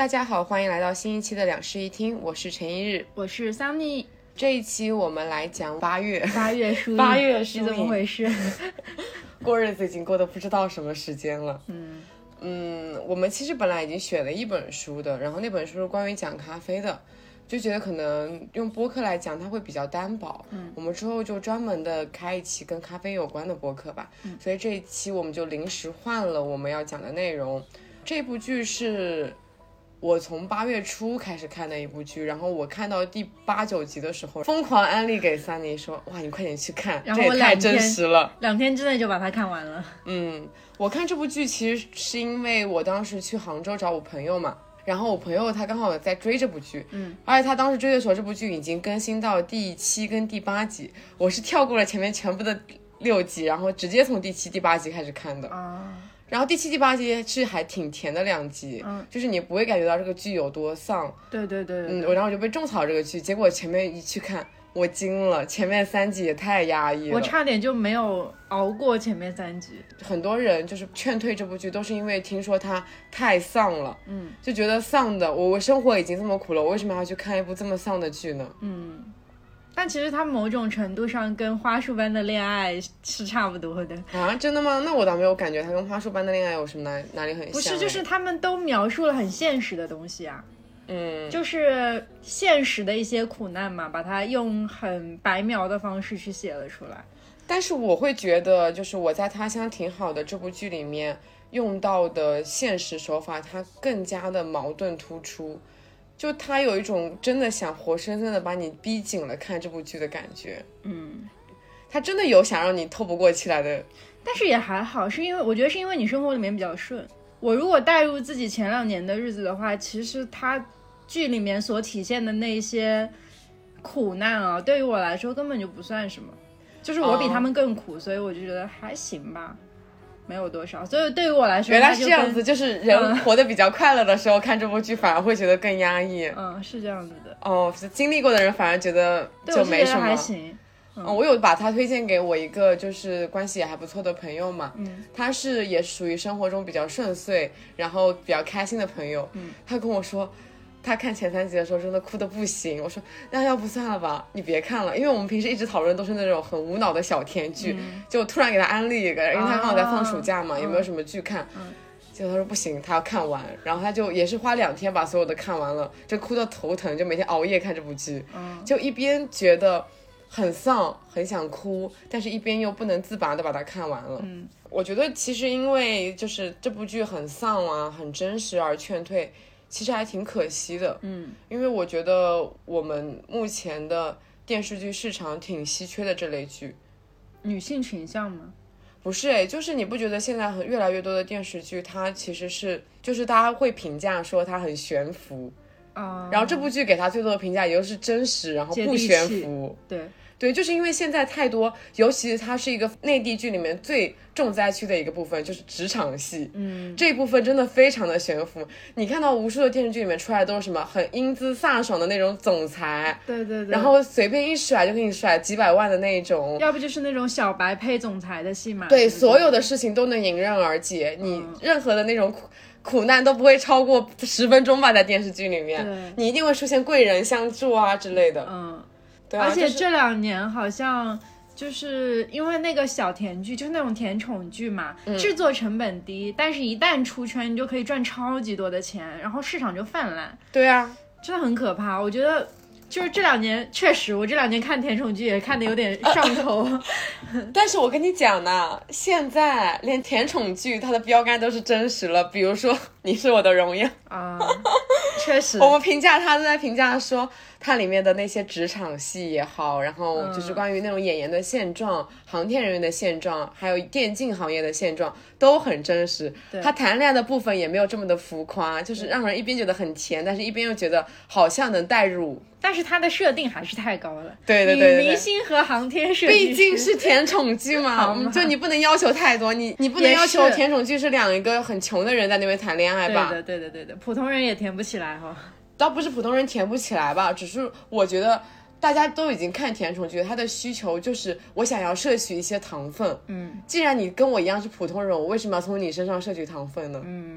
大家好，欢迎来到新一期的两室一厅，我是陈一日， 我是 Sunny。 这一期我们来讲8月书影， 书影怎么回事？ 过日子已经过得不知道什么时间了。我们其实本来已经选了一本书的，然后那本书是关于讲咖啡的，就觉得可能用播客来讲它会比较单薄。我们之后就专门的开一期跟咖啡有关的播客吧。所以这一期我们就临时换了我们要讲的内容。这部剧是我从8月初开始看的一部剧，然后我看到第8、9集的时候疯狂安利给Sunny说，哇你快点去看， 然后这也太真实了 ，2天之内就把它看完了。 我看这部剧其实是因为我当时去杭州找我朋友嘛，然后我朋友他刚好在追这部剧，而且他当时追的时候这部剧已经更新到第7跟第8集，我是跳过了前面全部的6集，然后直接从第7、第8集开始看的。然后第7、第8集是还挺甜的2集，就是你不会感觉到这个剧有多丧。 对， 然后我就被种草这个剧，结果前面一去看我惊了，前面3集也太压抑了， 我差点就没有熬过前面3集。 很多人就是劝退这部剧都是因为听说它太丧了，就觉得丧的，我生活已经这么苦了，我为什么要去看一部这么丧的剧呢？ 但其实它某种程度上跟花束般的恋爱是差不多的啊，真的吗？那我倒没有感觉它跟花束般的恋爱有什么哪里很像。 不是，就是他们都描述了很现实的东西啊，就是现实的一些苦难嘛，把它用很白描的方式去写了出来。 但是我会觉得就是我在他乡挺好的这部剧里面用到的现实手法它更加的矛盾突出，就他有一种真的想活生生的把你逼紧了看这部剧的感觉。他真的有想让你透不过气来的。 但是也还好，是因为我觉得是因为你生活里面比较顺。我如果带入自己前2年的日子的话，其实他剧里面所体现的那些苦难啊，对于我来说根本就不算什么，就是我比他们更苦，所以我就觉得还行吧，没有多少。所以对于我来说， 原来是这样子，就是人活得比较快乐的时候看这部剧反而会觉得更压抑。 是这样子的。 经历过的人反而觉得就没什么。 对，我觉得还行。 我有把他推荐给我一个就是关系也还不错的朋友嘛，他是也属于生活中比较顺遂然后比较开心的朋友，他跟我说他看前3集的时候真的哭得不行，我说那要不算了吧，你别看了，因为我们平时一直讨论都是那种很无脑的小甜剧，就突然给他安利一个，因为他刚好在放暑假嘛，有没有什么剧看，结果他说不行，他要看完，然后他就也是花2天把所有的看完了，就哭到头疼，就每天熬夜看这部剧，就一边觉得很丧很想哭，但是一边又不能自拔的把它看完了。我觉得其实因为就是这部剧很丧啊很真实而劝退，其实还挺可惜的。因为我觉得我们目前的电视剧市场挺稀缺的这类剧。 女性倾向吗？ 不是就是你不觉得现在越来越多的电视剧它其实是就是大家会评价说它很悬浮，然后这部剧给它最多的评价也就是真实然后不悬浮。对，就是因为现在太多，尤其是它是一个内地剧里面最重灾区的一个部分，就是职场戏。这一部分真的非常的悬浮。你看到无数的电视剧里面出来都是什么很英姿飒爽的那种总裁， 对， 然后随便一甩就给你甩几百万的那一种， 要不就是那种小白配总裁的戏码。 对，所有的事情都能迎刃而解，你任何的那种苦难都不会超过10分钟吧，在电视剧里面，你一定会出现贵人相助啊之类的。对啊， 而且这2年好像就是因为那个小甜剧，就是那种甜宠剧嘛，制作成本低，但是一旦出圈你就可以赚超级多的钱，然后市场就泛滥。 对啊， 真的很可怕。我觉得就是这2年确实，我这2年看甜宠剧也看得有点上头。 但是我跟你讲呢，现在连甜宠剧它的标杆都是真实了，比如说《你是我的荣耀》 确实我们评价它都在评价说它里面的那些职场戏也好，然后就是关于那种演员的现状、航天人员的现状，还有电竞行业的现状都很真实。它谈恋爱的部分也没有这么的浮夸，就是让人一边觉得很甜，但是一边又觉得好像能代入。 但是它的设定还是太高了。 对， 女明星和航天设计师， 毕竟是甜宠剧嘛，就你不能要求太多，你不能要求甜宠剧是一个很穷的人在那边谈恋爱吧？ 对的，普通人也甜不起来哈。 倒不是普通人甜不起来吧，只是我觉得大家都已经看甜宠剧，他的需求就是我想要摄取一些糖分。既然你跟我一样是普通人，我为什么要从你身上摄取糖分呢？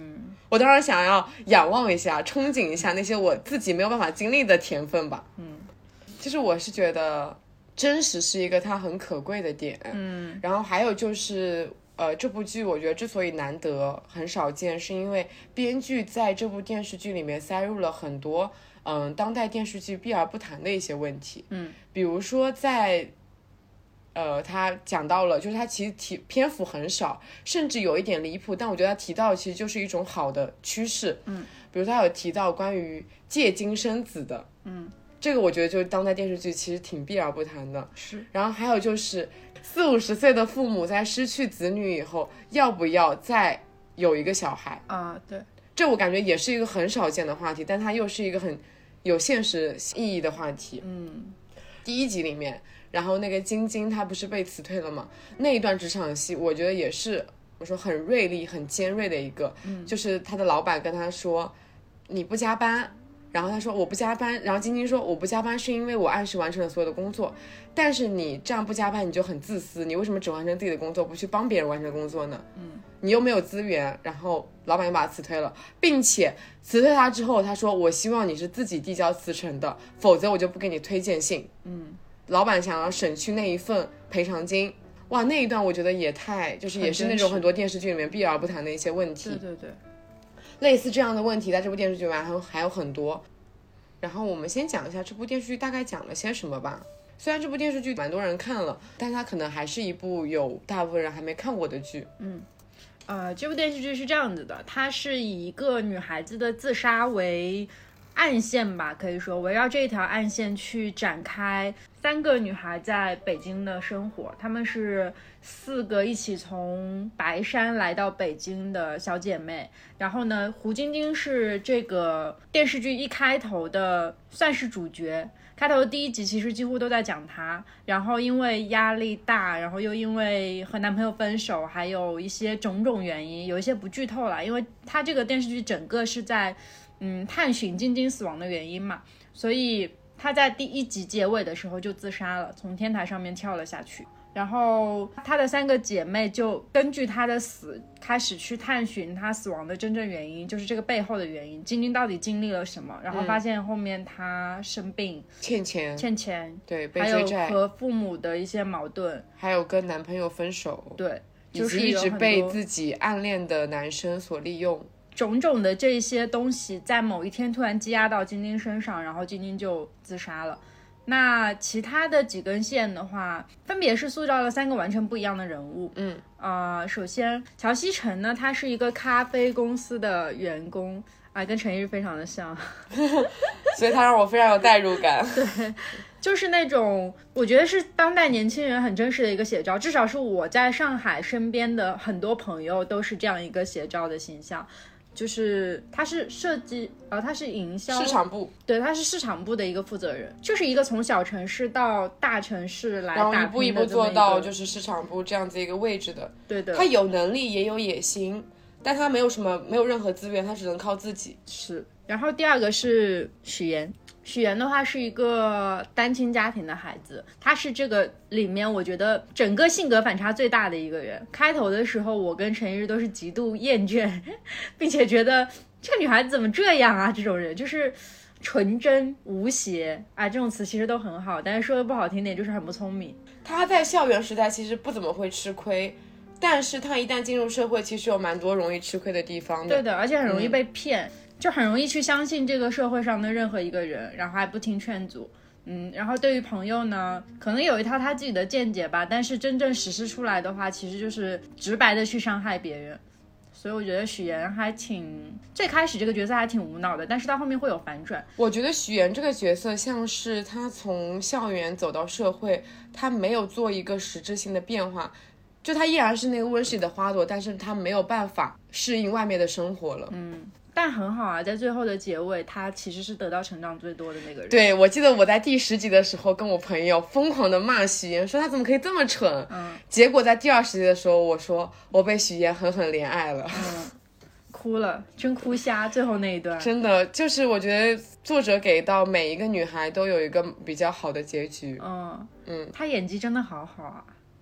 我当然想要仰望一下，憧憬一下那些我自己没有办法经历的甜分吧。其实我是觉得真实是一个它很可贵的点。然后还有就是这部剧我觉得之所以难得很少见，是因为编剧在这部电视剧里面塞入了很多当代电视剧避而不谈的一些问题。比如说在他讲到了，就是他其实篇幅很少，甚至有一点离谱，但我觉得他提到其实就是一种好的趋势。比如他有提到关于借精生子的，这个我觉得就是当代电视剧其实挺避而不谈的。 是。 然后还有就是40-50岁的父母在失去子女以后，要不要再有一个小孩啊？对， 这我感觉也是一个很少见的话题，但它又是一个很有现实意义的话题。第1集里面，然后那个晶晶她不是被辞退了吗？那一段职场戏我觉得也是我说很锐利很尖锐的一个。就是他的老板跟他说你不加班，然后他说我不加班，然后晶晶说我不加班是因为我按时完成了所有的工作，但是你这样不加班你就很自私，你为什么只完成自己的工作不去帮别人完成工作呢？你又没有资源。然后老板又把他辞退了，并且辞退他之后他说我希望你是自己递交辞呈的，否则我就不给你推荐信。老板想要省去那一份赔偿金。哇，那一段我觉得也太就是也是那种很多电视剧里面避而不谈的一些问题。 对， 类似这样的问题在这部电视剧里面还有很多。然后我们先讲一下这部电视剧大概讲了些什么吧。虽然这部电视剧蛮多人看了，但它可能还是一部有大部分人还没看过的剧。 这部电视剧是这样子的，它是以一个女孩子的自杀为暗线吧，可以说围绕这一条暗线去展开3个女孩在北京的生活。她们是4个一起从白山来到北京的小姐妹。然后呢，胡晶晶是这个电视剧一开头的算是主角，开头的第1集其实几乎都在讲她，然后因为压力大，然后又因为和男朋友分手，还有一些种种原因，有一些不剧透了，因为她这个电视剧整个是在探寻晶晶死亡的原因嘛，所以她在第1集结尾的时候就自杀了，从天台上面跳了下去。然后她的3个姐妹就根据她的死开始去探寻她死亡的真正原因，就是这个背后的原因，晶晶到底经历了什么。然后发现后面她生病，欠钱， 对，被追债， 还有和父母的一些矛盾， 还有跟男朋友分手， 对， 就是一直被自己暗恋的男生所利用， 种种的这些东西在某一天突然积压到晶晶身上，然后晶晶就自杀了。那其他的几根线的话，分别是塑造了3个完全不一样的人物。首先乔西晨呢，他是一个咖啡公司的员工，跟陈奕迅非常的像所以他让我非常有代入感。 对，就是那种我觉得是当代年轻人很真实的一个写照，至少是我在上海身边的很多朋友都是这样一个写照的形象。就是他是设计他是营销市场部， 对，他是市场部的一个负责人，就是一个从小城市到大城市来打拼的， 然后一步一步做到就是市场部这样子一个位置的。 对的， 他有能力也有野心，但他没有任何资源，他只能靠自己。 是。然后第2个是许岩，许岩的话是一个单亲家庭的孩子，他是这个里面我觉得整个性格反差最大的一个人。开头的时候我跟陈奕都是极度厌倦，并且觉得这个女孩子怎么这样啊，这种人就是纯真无邪这种词其实都很好，但是说的不好听点就是很不聪明。 他在校园时代其实不怎么会吃亏，但是他一旦进入社会其实有蛮多容易吃亏的地方的。 对的，而且很容易被骗，就很容易去相信这个社会上的任何一个人，然后还不听劝阻。然后对于朋友呢，可能有一套他自己的见解吧，但是真正实施出来的话，其实就是直白的去伤害别人。所以我觉得许岩最开始这个角色还挺无脑的，但是到后面会有反转。 我觉得许岩这个角色像是他从校园走到社会，他没有做一个实质性的变化，就他依然是那个温室里的花朵，但是他没有办法适应外面的生活了。 但很好啊，在最后的结尾他其实是得到成长最多的那个人。 对，我记得我在第10集的时候跟我朋友疯狂的骂许岩，说他怎么可以这么蠢。结果在第20集的时候我说我被许岩狠狠怜爱了。 哭了，真哭瞎，最后那一段真的就是我觉得作者给到每一个女孩都有一个比较好的结局。 他演技真的好好啊，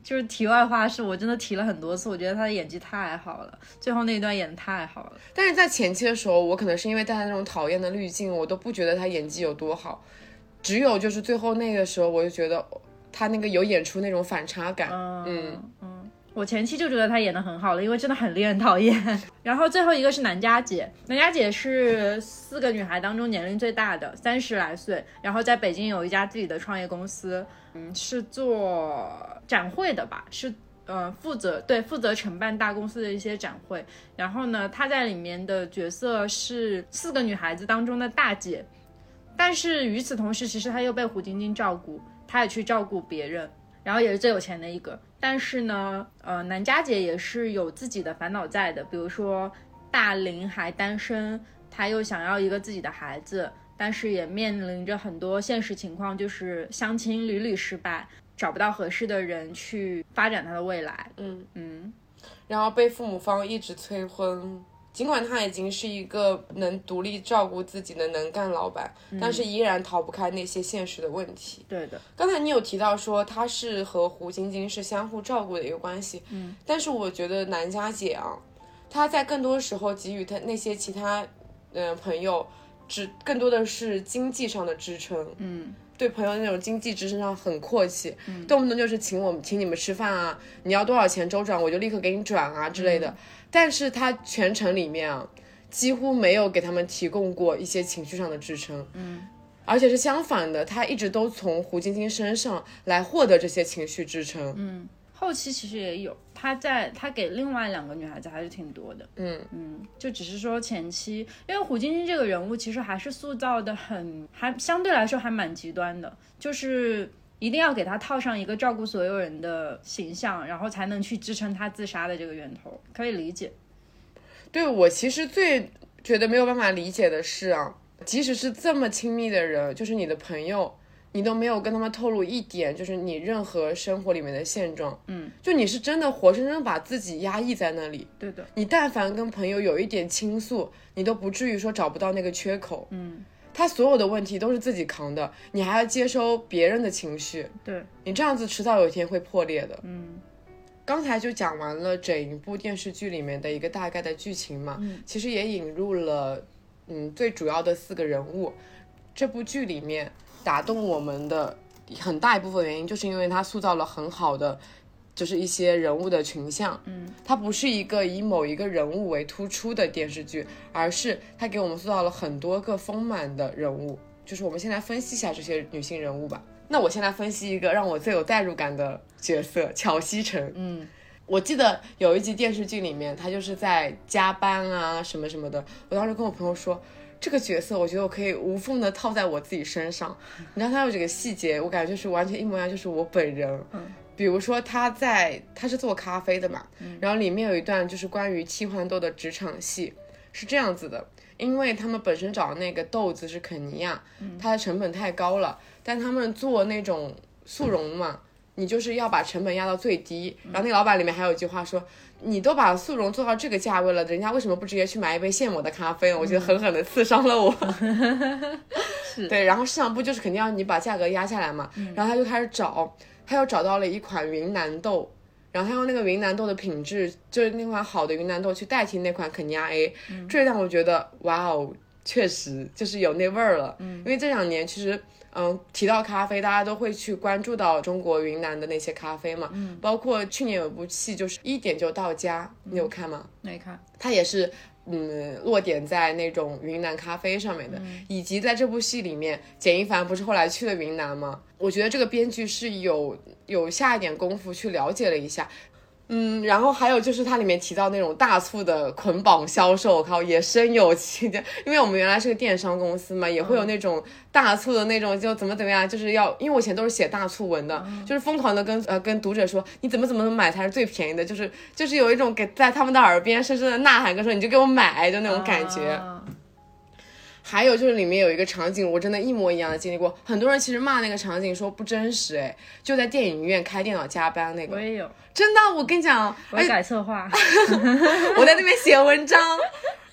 就是题外话是我真的提了很多次，我觉得他的演技太好了，最后那一段演得太好了。 但是在前期的时候，我可能是因为带他那种讨厌的滤镜，我都不觉得他演技有多好，只有就是最后那个时候，我就觉得他那个有演出那种反差感。 我前期就觉得他演得很好了，因为真的很令人讨厌。然后最后一个是南佳姐，南佳姐是4个女孩当中年龄最大的，30来岁，然后在北京有一家自己的创业公司，是做展会的吧，是负责承办大公司的一些展会。然后呢，她在里面的角色是4个女孩子当中的大姐，但是与此同时，其实她又被胡晶晶照顾，她也去照顾别人，然后也是最有钱的一个。但是呢，南佳姐也是有自己的烦恼在的，比如说大龄还单身，她又想要一个自己的孩子，但是也面临着很多现实情况，就是相亲屡屡失败，找不到合适的人去发展她的未来。 然后被父母方一直催婚，尽管他已经是一个能独立照顾自己的能干老板，但是依然逃不开那些现实的问题。 对的， 刚才你有提到说他是和胡晶晶是相互照顾的一个关系，但是我觉得南佳姐啊，她在更多时候给予他那些其他朋友更多的是经济上的支撑。对朋友那种经济支撑上很阔气，动不动就是请你们吃饭啊，你要多少钱周转我就立刻给你转啊之类的。但是他全程里面啊，几乎没有给他们提供过一些情绪上的支撑。而且是相反的，他一直都从胡晶晶身上来获得这些情绪支撑。 后期其实也有，他给另外2个女孩子还是挺多的。就只是说前期，因为胡晶晶这个人物其实还是塑造的还相对来说还蛮极端的，就是一定要给他套上一个照顾所有人的形象，然后才能去支撑他自杀的这个源头，可以理解。 对，我其实最觉得没有办法理解的是啊，即使是这么亲密的人，就是你的朋友，你都没有跟他们透露一点，就是你任何生活里面的现状。就你是真的活生生把自己压抑在那里。 对的， 你但凡跟朋友有一点倾诉，你都不至于说找不到那个缺口。他所有的问题都是自己扛的，你还要接收别人的情绪。 对， 你这样子迟早有一天会破裂的。刚才就讲完了整一部电视剧里面的一个大概的剧情嘛，其实也引入了最主要的4个人物。这部剧里面打动我们的很大一部分原因，就是因为它塑造了很好的就是一些人物的群像。它不是一个以某一个人物为突出的电视剧，而是它给我们塑造了很多个丰满的人物。就是我们先来分析一下这些女性人物吧。那我先来分析一个让我最有代入感的角色，乔西城。我记得有一集电视剧里面，她就是在加班啊什么什么的，我当时跟我朋友说，这个角色我觉得我可以无缝的套在我自己身上。你知道他有这个细节，我感觉就是完全一模一样，就是我本人。比如说他是做咖啡的嘛，然后里面有一段就是关于替换豆的职场戏，是这样子的。因为他们本身找的那个豆子是肯尼亚，它的成本太高了，但他们做那种速溶嘛，你就是要把成本压到最低。然后那个老板里面还有一句话说，你都把速溶做到这个价位了，人家为什么不直接去买一杯现磨的咖啡？我觉得狠狠的刺伤了我。对，然后市场部就是肯定要你把价格压下来嘛，然后他就开始找，他又找到了一款云南豆，然后他用那个云南豆的品质，就是那款好的云南豆去代替那款肯尼亚 A，这让我觉得哇哦，确实就是有那味儿了。因为这2年其实提到咖啡，大家都会去关注到中国云南的那些咖啡嘛，包括去年有一部戏就是1点就到家，你有看吗？ 没看。 它也是落点在那种云南咖啡上面的，以及在这部戏里面，简一凡不是后来去了云南吗？我觉得这个编剧是有下一点功夫去了解了一下。然后还有就是它里面提到那种大促的捆绑销售，我靠，也深有其事。因为我们原来是个电商公司嘛，也会有那种大促的那种，就怎么样，就是要，因为我以前都是写大促文的，就是疯狂的跟读者说，你怎么买才是最便宜的，就是有一种在他们的耳边深深的呐喊，跟说你就给我买，就那种感觉。还有就是里面有一个场景，我真的一模一样的经历过。很多人其实骂那个场景说不真实，就在电影院开电脑加班那个。 我也有， 真的，我跟你讲， 我改策划， 我在那边写文章，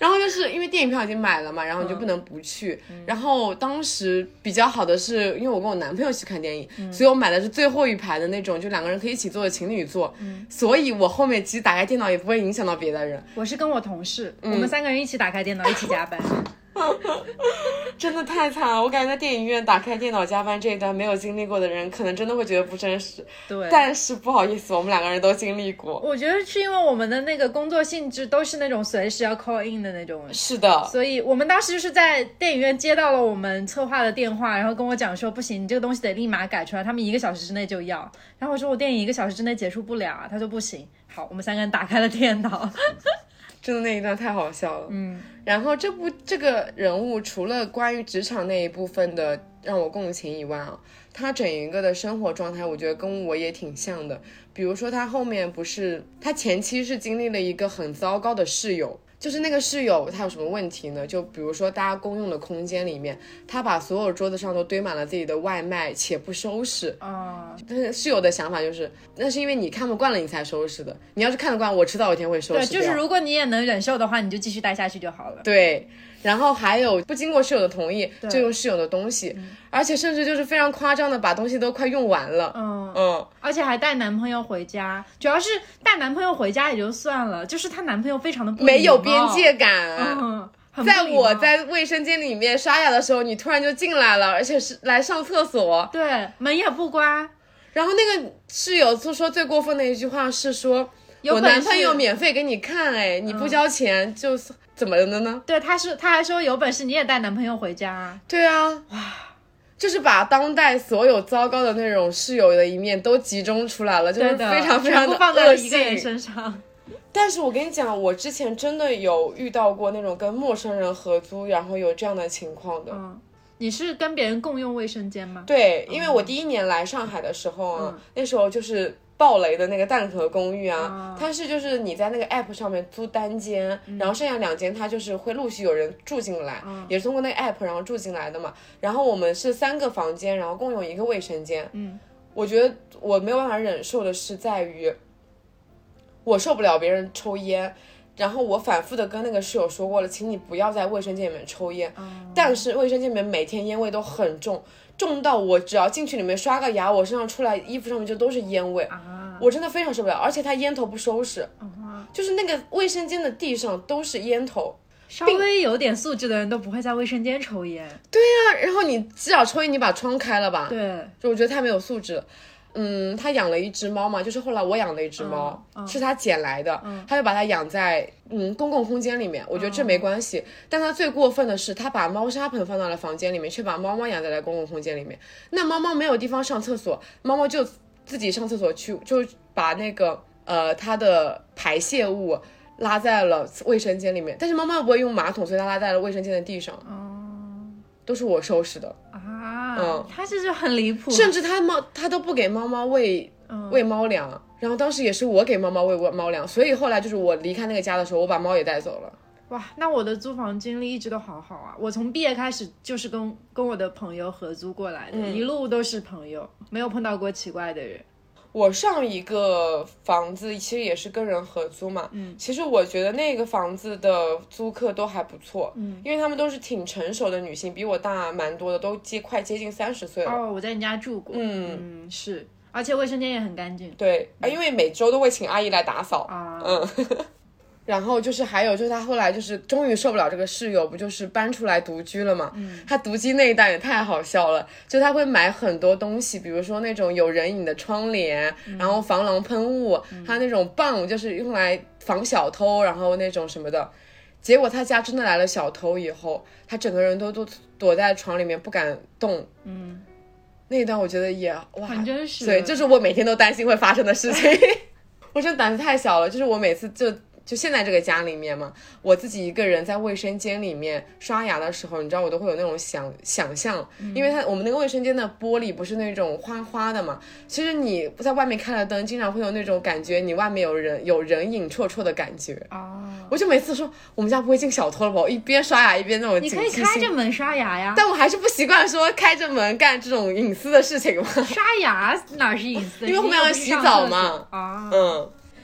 然后就是因为电影票已经买了嘛，然后你就不能不去。然后当时比较好的是，因为我跟我男朋友去看电影，所以我买的是最后一排的那种，就2个人可以一起坐的情侣座。所以我后面其实打开电脑也不会影响到别的人。 我是跟我同事，我们3个人一起打开电脑，一起加班。 真的太惨了，我感觉在电影院打开电脑加班这一段没有经历过的人可能真的会觉得不真实。 对， 但是不好意思，我们2个人都经历过。 我觉得是因为我们的那个工作性质都是那种随时要 call in 的那种。 是的， 所以我们当时就是在电影院接到了我们策划的电话，然后跟我讲说不行，你这个东西得立马改出来，他们1个小时之内就要。然后我说我电影1个小时之内结束不了啊，他说不行。好，我们3个人打开了电脑。 真的那一段太好笑了。然后这个人物除了关于职场那一部分的让我共情以外啊，他整一个的生活状态我觉得跟我也挺像的。比如说他后面不是，他前期是经历了一个很糟糕的室友，就是那个室友他有什么问题呢？就比如说大家公用的空间里面，他把所有桌子上都堆满了自己的外卖且不收拾。但是室友的想法就是那是因为你看不惯了你才收拾的，你要是看得惯我迟早有一天会收拾掉。 对，就是如果你也能忍受的话，你就继续待下去就好了。 对，然后还有不经过室友的同意就用室友的东西，而且甚至就是非常夸张的把东西都快用完了。 而且还带男朋友回家，主要是带男朋友回家也就算了，就是她男朋友非常的不没有边界感。在我在卫生间里面刷牙的时候，你突然就进来了，而且是来上厕所， 对，门也不关。然后那个室友就说最过分的一句话是说，我男朋友免费给你看，哎，你不交钱就是怎么的呢？ 对，他还说有本事你也带男朋友回家。 对啊，哇，就是把当代所有糟糕的那种室友的一面都集中出来了，就是非常非常的恶性，全部放在一个人身上。 但是我跟你讲，我之前真的有遇到过那种跟陌生人合租然后有这样的情况的。 你是跟别人共用卫生间吗？ 对，因为我第1年来上海的时候那时候就是爆雷的那个蛋壳公寓啊，它是就是你在那个 app 上面租单间，然后剩下2间它就是会陆续有人住进来，也是通过那个 app 然后住进来的嘛。然后我们是3个房间，然后共用1个卫生间。我觉得我没有办法忍受的是在于我受不了别人抽烟，然后我反复的跟那个室友说过了，请你不要在卫生间里面抽烟。但是卫生间里面每天烟味都很重，重到我只要进去里面刷个牙，我身上出来衣服上面就都是烟味。我真的非常受不了。而且他烟头不收拾，就是那个卫生间的地上都是烟头。 稍微有点素质的人都不会在卫生间抽烟。 对啊，然后你至少抽烟你把窗开了吧。 对， 就我觉得太没有素质了。他养了一只猫嘛，就是后来我养了一只猫，是他捡来的，他就把它养在公共空间里面，我觉得这没关系。但他最过分的是，他把猫砂盆放到了房间里面，却把猫猫养在了公共空间里面。那猫猫没有地方上厕所，猫猫就自己上厕所去，就把那个它的排泄物拉在了卫生间里面，但是猫猫不会用马桶，所以它拉在了卫生间的地上。都是我收拾的啊。他这就很离谱， 甚至他都不给猫猫喂猫粮，然后当时也是我给猫猫喂猫粮，所以后来就是我离开那个家的时候，我把猫也带走了。 哇，那我的租房经历一直都好好啊，我从毕业开始就是跟我的朋友合租过来的，一路都是朋友，没有碰到过奇怪的人。 我上一个房子其实也是跟人合租嘛，其实我觉得那个房子的租客都还不错，因为他们都是挺成熟的女性，比我大蛮多的，都快接近30岁了。 我在你家住过，是，而且卫生间也很干净。 对，因为每周都会请阿姨来打扫然后就是还有就是他后来就是终于受不了这个室友，不就是搬出来独居了嘛。他独居那一段也太好笑了，就他会买很多东西，比如说那种有人影的窗帘，然后防狼喷雾，还有那种棒，就是用来防小偷，然后那种什么的。结果他家真的来了小偷以后，他整个人都躲在床里面不敢动。那一段我觉得也哇， 很真实。 对，这是我每天都担心会发生的事情。我真的胆子太小了，就是我每次就现在这个家里面嘛，我自己一个人在卫生间里面刷牙的时候，你知道我都会有那种想象，因为我们那个卫生间的玻璃不是那种花花的嘛，其实你在外面开了灯，经常会有那种感觉，你外面有人影绰绰的感觉。我就每次说我们家不会进小偷了吧，我一边刷牙一边那种警惕性。 你可以开着门刷牙呀， 但我还是不习惯说开着门干这种隐私的事情嘛。 刷牙哪是隐私？ 因为后面要洗澡嘛。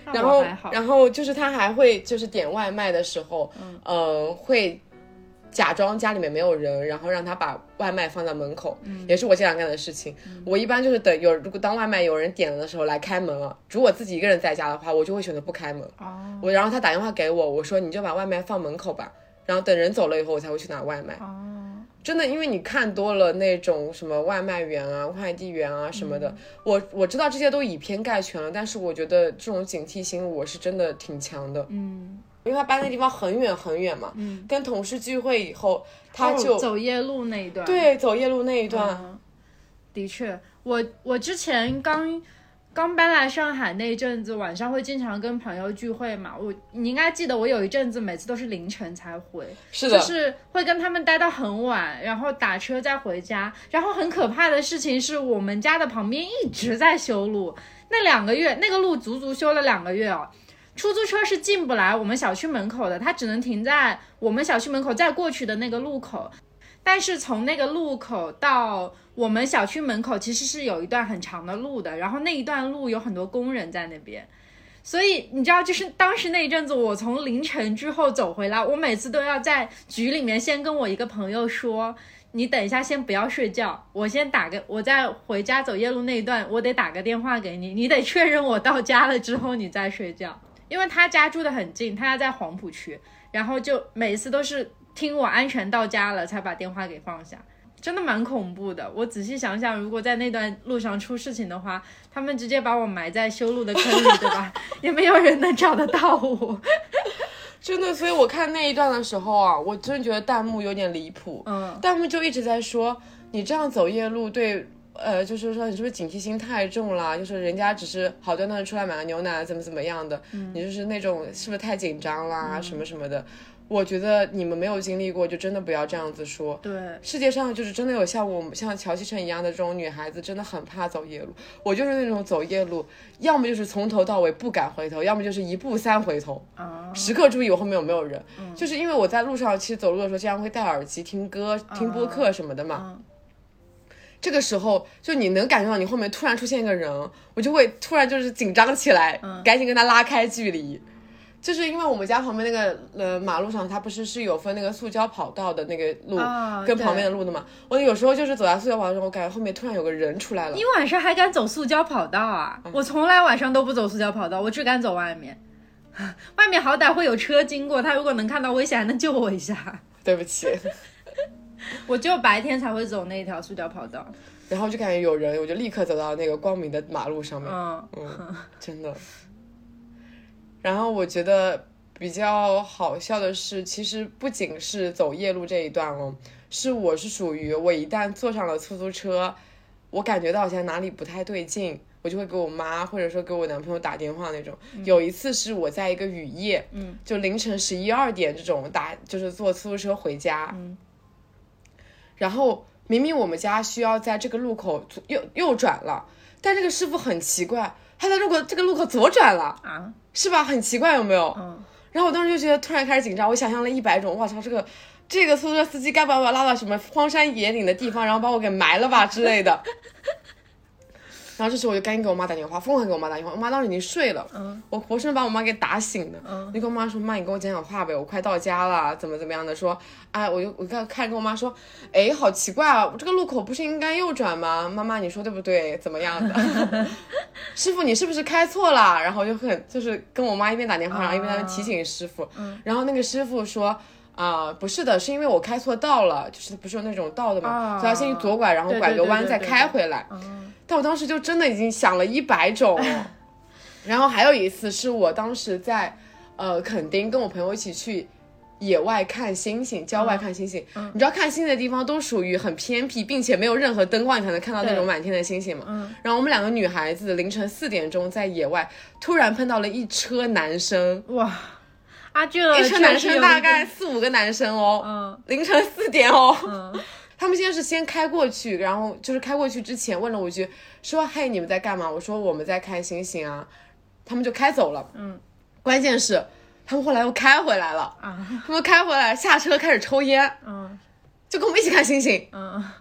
然后就是他还会就是点外卖的时候，会假装家里面没有人，然后让他把外卖放在门口，也是我经常干的事情。我一般就是等如果当外卖有人点了的时候来开门了，如果自己一个人在家的话，我就会选择不开门。然后他打电话给我，我说你就把外卖放门口吧，然后等人走了以后我才会去拿外卖。真的，因为你看多了那种什么外卖员啊、快递员啊什么的，我知道这些都以偏概全了，但是我觉得这种警惕心我是真的挺强的。因为他搬的地方很远很远嘛，跟同事聚会以后，他就走夜路那一段。 对，走夜路那一段， 的确，我之前刚搬来上海那一阵子，晚上会经常跟朋友聚会嘛。你应该记得，我有一阵子每次都是凌晨才回， 是的， 就是会跟他们待到很晚，然后打车再回家。然后很可怕的事情是我们家的旁边一直在修路，那2个月那个路足足修了2个月哦。出租车是进不来我们小区门口的，它只能停在我们小区门口再过去的那个路口。但是从那个路口到我们小区门口其实是有一段很长的路的，然后那一段路有很多工人在那边，所以你知道，就是当时那一阵子我从凌晨之后走回来，我每次都要在局里面先跟我一个朋友说，你等一下先不要睡觉，我在回家走夜路那一段我得打个电话给你，你得确认我到家了之后你再睡觉。因为他家住得很近，他家在黄浦区，然后就每次都是听我安全到家了才把电话给放下，真的蛮恐怖的。我仔细想想，如果在那段路上出事情的话，他们直接把我埋在修路的坑里，对吧？也没有人能找得到我。 真的，所以我看那一段的时候啊，我真的觉得弹幕有点离谱。弹幕就一直在说你这样走夜路对就是说你是不是警惕心太重了，就是人家只是好端端的出来买个牛奶怎么样的，你就是那种是不是太紧张啦，什么什么的。我觉得你们没有经历过就真的不要这样子说。 对， 世界上就是真的有像乔西晨一样的这种女孩子，真的很怕走夜路。我就是那种走夜路要么就是从头到尾不敢回头，要么就是1步3回头，时刻注意我后面有没有人。就是因为我在路上其实走路的时候经常会戴耳机听歌听播客什么的嘛，这个时候就你能感觉到你后面突然出现一个人，我就会突然就是紧张起来，赶紧跟他拉开距离。就是因为我们家旁边那个马路上它不是有分那个塑胶跑道的那个路，跟旁边的路的嘛，我有时候就是走在塑胶跑道上，我感觉后面突然有个人出来了。 你晚上还敢走塑胶跑道啊？我从来晚上都不走塑胶跑道，我只敢走外面。外面好歹会有车经过，他如果能看到危险还能救我一下。 对不起。 我只有白天才会走那条塑胶跑道， 然后就感觉有人，我就立刻走到那个光明的马路上面。真的。然后我觉得比较好笑的是，其实不仅是走夜路这一段哦，我是属于我一旦坐上了出租车，我感觉到好像哪里不太对劲，我就会给我妈或者说给我男朋友打电话那种。有一次是我在一个雨夜，就凌晨11、12点这种就是坐出租车回家，然后明明我们家需要在这个路口右转了，但这个师傅很奇怪，他在这个路口左转了啊，是吧？很奇怪，有没有？然后我当时就觉得突然开始紧张，我想象了100种，哇操，这个出租车司机该把我拉到什么荒山野岭的地方，然后把我给埋了吧之类的。然后这时候我就赶紧给我妈打电话，疯狂给我妈打电话，我妈当时已经睡了，我活生把我妈给打醒的。就跟我妈说，妈，你跟我讲讲话呗，我快到家了，怎么样的。说，哎，我开始跟我妈说，哎，好奇怪啊，这个路口不是应该右转吗？妈妈你说对不对？怎么样的？师傅你是不是开错了？然后就是跟我妈一边打电话，然后一边在那提醒师傅。然后那个师傅说，不是的，是因为我开错道了，就是不是有那种道的嘛，所以要先去左拐，然后拐个弯再开回来。但我当时就真的已经想了100种。然后还有一次是我当时在垦丁跟我朋友一起去野外看星星，郊外看星星。你知道看星星的地方都属于很偏僻，并且没有任何灯光你才能看到那种满天的星星嘛。然后我们2个女孩子凌晨4点钟在野外突然碰到了一车男生。 哇一车男生大概4、5个男生哦。凌晨4点哦。他们先开过去，然后就是开过去之前问了我一句，说嘿你们在干嘛？我说我们在看星星啊。他们就开走了。关键是他们后来又开回来了。他们开回来下车开始抽烟。就跟我们一起看星星。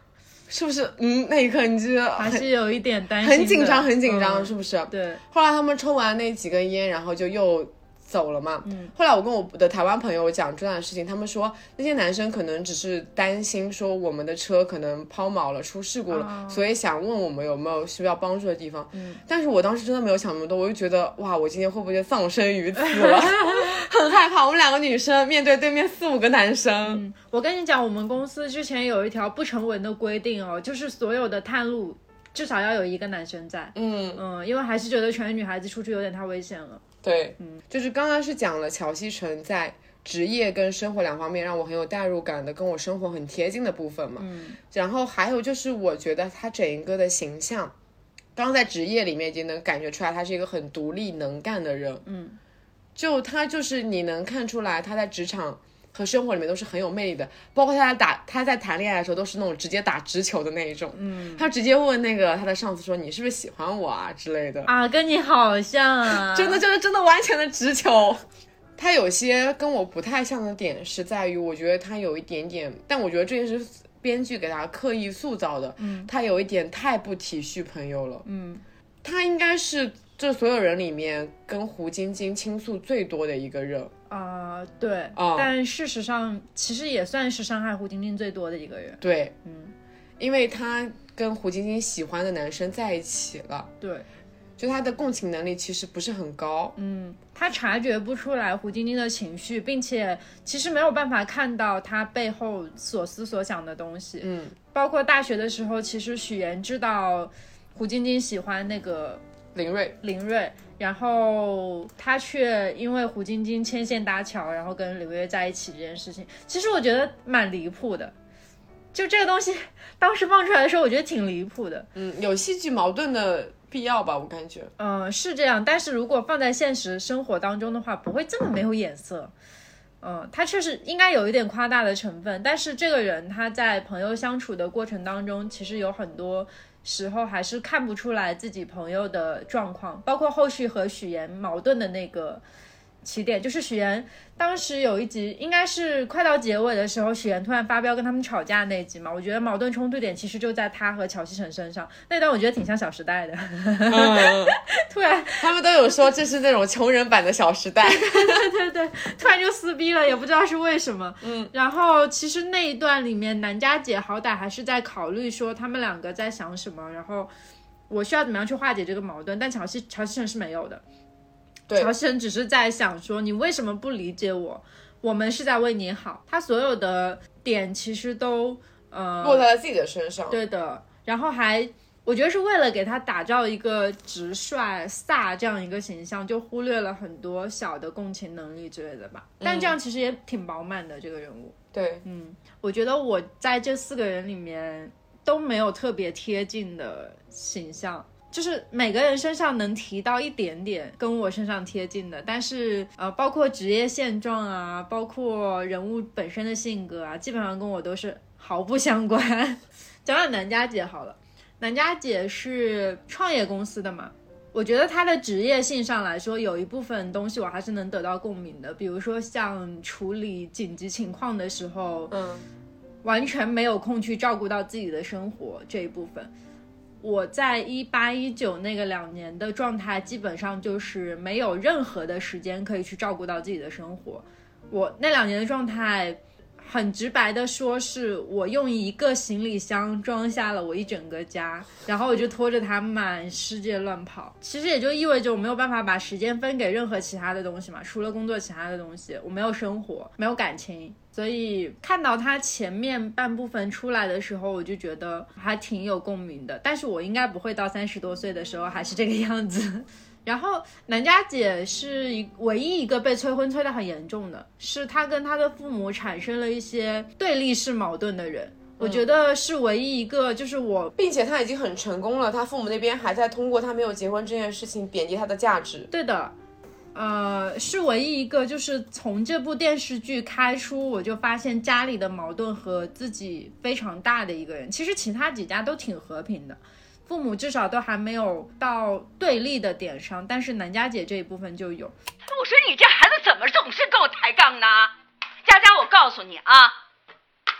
是不是？那一刻你就还是有一点担心的， 很紧张，很紧张，是不是？ 对。 后来他们抽完那几根烟，然后就又走了嘛。后来我跟我的台湾朋友讲这段事情，他们说那些男生可能只是担心说我们的车可能抛锚了，出事故了，所以想问我们有没有需要帮助的地方。但是我当时真的没有想那么多，我就觉得哇，我今天会不会就葬身于此了？很害怕，我们2个女生面对对面4-5个男生。 我跟你讲，我们公司之前有一条不成文的规定哦，就是所有的探路至少要有1个男生在。因为还是觉得全是女孩子出去有点太危险了。 对，就是刚刚是讲了乔西城在职业跟生活2方面让我很有代入感的，跟我生活很贴近的部分嘛。然后还有就是我觉得他整一个的形象，刚刚在职业里面已经能感觉出来他是一个很独立能干的人。就他就是你能看出来他在职场和生活里面都是很有魅力的，包括他在谈恋爱的时候都是那种直接打直球的那一种。他直接问那个他的上司说你是不是喜欢我啊之类的啊，跟你好像啊。 真的完全的直球。他有些跟我不太像的点是在于我觉得他有一点点，但我觉得这也是编剧给他刻意塑造的。他有一点太不体恤朋友了。他应该是这所有人里面跟胡晶晶倾诉最多的一个人。 对。但事实上其实也算是伤害胡晶晶最多的一个人。 对。因为他跟胡晶晶喜欢的男生在一起了。 对。 就他的共情能力其实不是很高。 他察觉不出来胡晶晶的情绪，并且其实没有办法看到他背后所思所想的东西。包括大学的时候，其实许妍知道胡晶晶喜欢那个林睿， 然后他却因为胡晶晶牵线搭桥，然后跟林睿在一起这件事情，其实我觉得蛮离谱的。就这个东西当时放出来的时候我觉得挺离谱的。 有戏剧矛盾的必要吧，我感觉。 是这样，但是如果放在现实生活当中的话不会这么没有眼色。他确实应该有一点夸大的成分，但是这个人他在朋友相处的过程当中其实有很多时候还是看不出来自己朋友的状况，包括后续和许妍矛盾的那个起点，就是许妍当时有一集应该是快到结尾的时候，许妍突然发飙跟他们吵架那一集嘛，我觉得矛盾冲突点其实就在他和乔西城身上，那段我觉得挺像小时代的。突然他们都有说这是那种穷人版的小时代。 对，突然就撕逼了，也不知道是为什么。然后其实那一段里面南佳姐好歹还是在考虑说他们2个在想什么，然后我需要怎么样去化解这个矛盾，但乔西城是没有的。乔西城只是在想说你为什么不理解我，我们是在为你好，他所有的点其实都落在了自己的身上。 对的，然后我觉得是为了给他打造一个直率飒这样一个形象，就忽略了很多小的共情能力之类的吧。但这样其实也挺饱满的这个人物。 对。 我觉得我在这4个人里面都没有特别贴近的形象，就是每个人身上能提到一点点跟我身上贴近的，但是包括职业现状啊，包括人物本身的性格啊，基本上跟我都是毫不相关。讲讲南佳姐好了，南佳姐是创业公司的嘛，我觉得她的职业性上来说有一部分东西我还是能得到共鸣的，比如说像处理紧急情况的时候完全没有空去照顾到自己的生活这一部分。我在18、19那个2年的状态基本上就是没有任何的时间可以去照顾到自己的生活。我那2年的状态很直白的说，是我用一个行李箱装下了我一整个家，然后我就拖着它满世界乱跑。其实也就意味着我没有办法把时间分给任何其他的东西嘛，除了工作其他的东西我没有生活，没有感情。所以看到他前面半部分出来的时候，我就觉得还挺有共鸣的，但是我应该不会到30多岁的时候还是这个样子。然后南佳姐是唯一一个被催婚催得很严重的，是她跟她的父母产生了一些对立式矛盾的人。我觉得是唯一一个，就是并且她已经很成功了，她父母那边还在通过她没有结婚这件事情贬低她的价值。 对的，是唯一一个就是从这部电视剧开出我就发现家里的矛盾和自己非常大的一个人。其实其他几家都挺和平的，父母至少都还没有到对立的点上，但是南佳姐这一部分就有。 我说你这孩子怎么总是跟我抬杠呢？佳佳，我告诉你啊，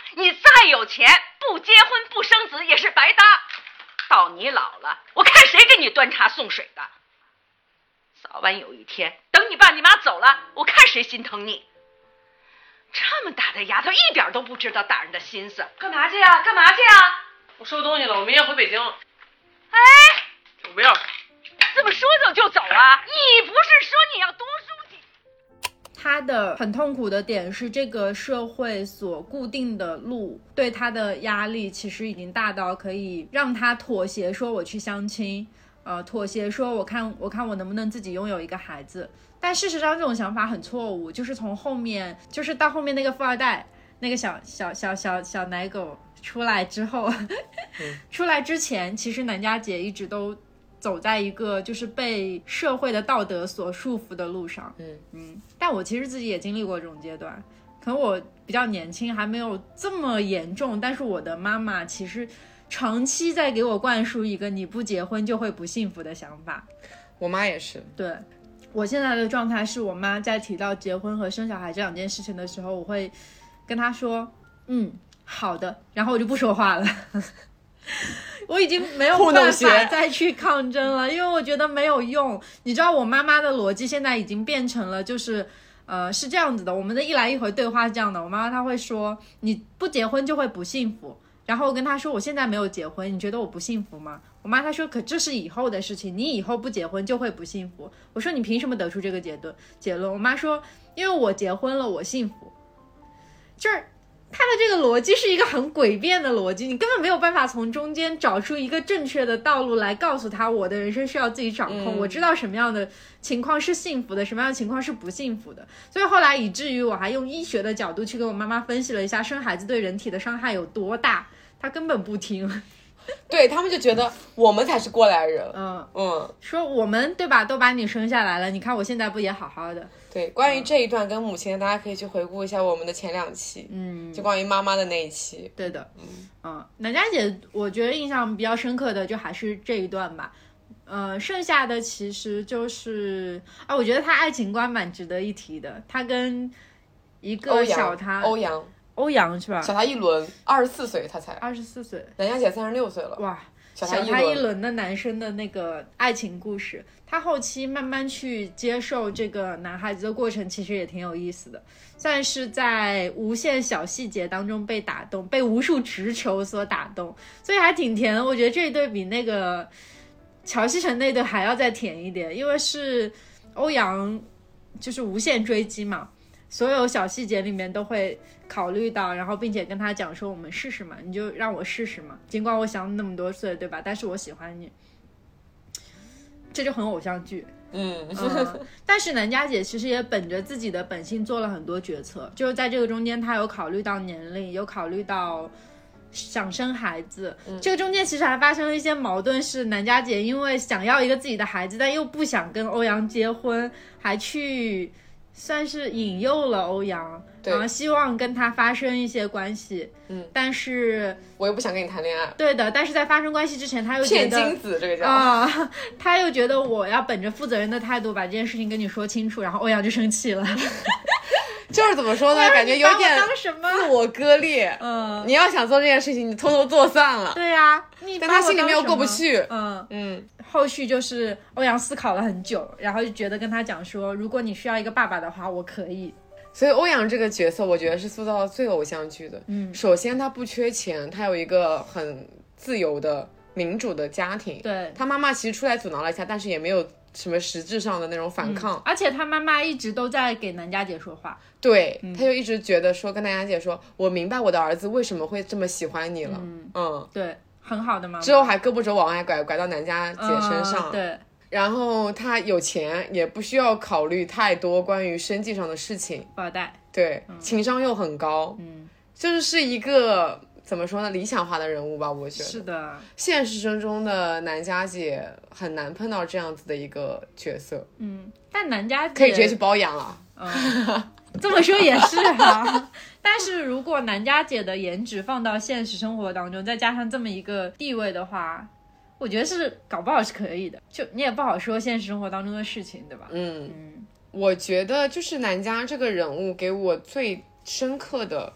你再有钱，不结婚不生子也是白搭。到你老了，我看谁给你端茶送水的。早晚有一天，等你爸你妈走了，我看谁心疼你。这么大的丫头，一点都不知道大人的心思。干嘛去呀？干嘛去呀？ 我收东西了，我明天回北京。 哎， 我不要。 怎么说走就走啊？你不是说你要多书记？ 他的很痛苦的点是，这个社会所固定的路对他的压力其实已经大到可以让他妥协，说我去相亲，妥协说我看我能不能自己拥有一个孩子。但事实上这种想法很错误，就是从后面，就是到后面那个富二代那个小奶狗出来之后，出来之前，其实南佳姐一直都走在一个就是被社会的道德所束缚的路上。但我其实自己也经历过这种阶段，可能我比较年轻，还没有这么严重，但是我的妈妈其实长期在给我灌输一个你不结婚就会不幸福的想法。 我妈也是。 对，我现在的状态是，我妈在提到结婚和生小孩这两件事情的时候，我会跟她说好的，然后我就不说话了。我已经没有办法再去抗争了，因为我觉得没有用。你知道我妈妈的逻辑现在已经变成了就是是这样子的，我们的一来一回对话是这样的，我妈妈她会说你不结婚就会不幸福，然后我跟她说我现在没有结婚，你觉得我不幸福吗？我妈她说可这是以后的事情，你以后不结婚就会不幸福。我说你凭什么得出这个结论？我妈说因为我结婚了我幸福。就是他的这个逻辑是一个很诡辩的逻辑，你根本没有办法从中间找出一个正确的道路来告诉他我的人生需要自己掌控，我知道什么样的情况是幸福的，什么样的情况是不幸福的。所以后来以至于我还用医学的角度去跟我妈妈分析了一下生孩子对人体的伤害有多大，她根本不听。 对，他们就觉得我们才是过来人。 说我们对吧都把你生下来了，你看我现在不也好好的。 对，关于这一段跟母亲的，大家可以去回顾一下我们的前2期，就关于妈妈的那一期。 对的。南佳姐我觉得印象比较深刻的就还是这一段吧。剩下的其实就是我觉得她爱情观蛮值得一提的，她跟一个小她欧阳是吧？ 小他一轮，24岁他才 24岁， 南佳姐36岁了。 哇，小他一轮的男生的那个爱情故事，他后期慢慢去接受这个男孩子的过程，其实也挺有意思的，算是在无限小细节当中被打动，被无数直球所打动，所以还挺甜的。我觉得这一对比那个乔西城那对还要再甜一点，因为是欧阳就是无限追击嘛，所有小细节里面都会考虑到，然后并且跟他讲说我们试试嘛，你就让我试试嘛，尽管我想那么多岁对吧，但是我喜欢你，这就很偶像剧。但是南佳姐其实也本着自己的本性做了很多决策，就是在这个中间她有考虑到年龄，有考虑到想生孩子，这个中间其实还发生了一些矛盾，是南佳姐因为想要一个自己的孩子，但又不想跟欧阳结婚，还去算是引诱了欧阳，然后希望跟他发生一些关系，但是我又不想跟你谈恋爱。 对的，但是在发生关系之前，他又觉得骗金子，这个叫他又觉得我要本着负责任的态度把这件事情跟你说清楚，然后欧阳就生气了。 就是怎么说呢，感觉有点自我割裂。你要想做这件事情，你偷偷做算了。 对啊， 但他心里面又过不去。 后续就是欧阳思考了很久，然后就觉得跟他讲说，如果你需要一个爸爸的话，我可以。 所以欧阳这个角色，我觉得是塑造最偶像剧的。首先他不缺钱，他有一个很自由的民主的家庭。 对， 他妈妈其实出来阻挠了一下，但是也没有什么实质上的那种反抗。 而且他妈妈一直都在给南佳姐说话。 对，他就一直觉得说跟南佳姐说，我明白我的儿子为什么会这么喜欢你了。 对，很好的妈妈。 之后还胳膊肘往外拐到南佳姐身上。 对。 然后他有钱，也不需要考虑太多关于生计上的事情。 富二代。 对，情商又很高。就是一个怎么说呢，理想化的人物吧，我觉得。是的。 现实生中的南佳姐很难碰到这样子的一个角色。 但南佳姐可以直接去包养了。 这么说也是哈。但是如果南佳姐的颜值放到现实生活当中，再加上这么一个地位的话，我觉得是搞不好是可以的。就你也不好说现实生活当中的事情，对吧？ 我觉得就是南佳这个人物给我最深刻的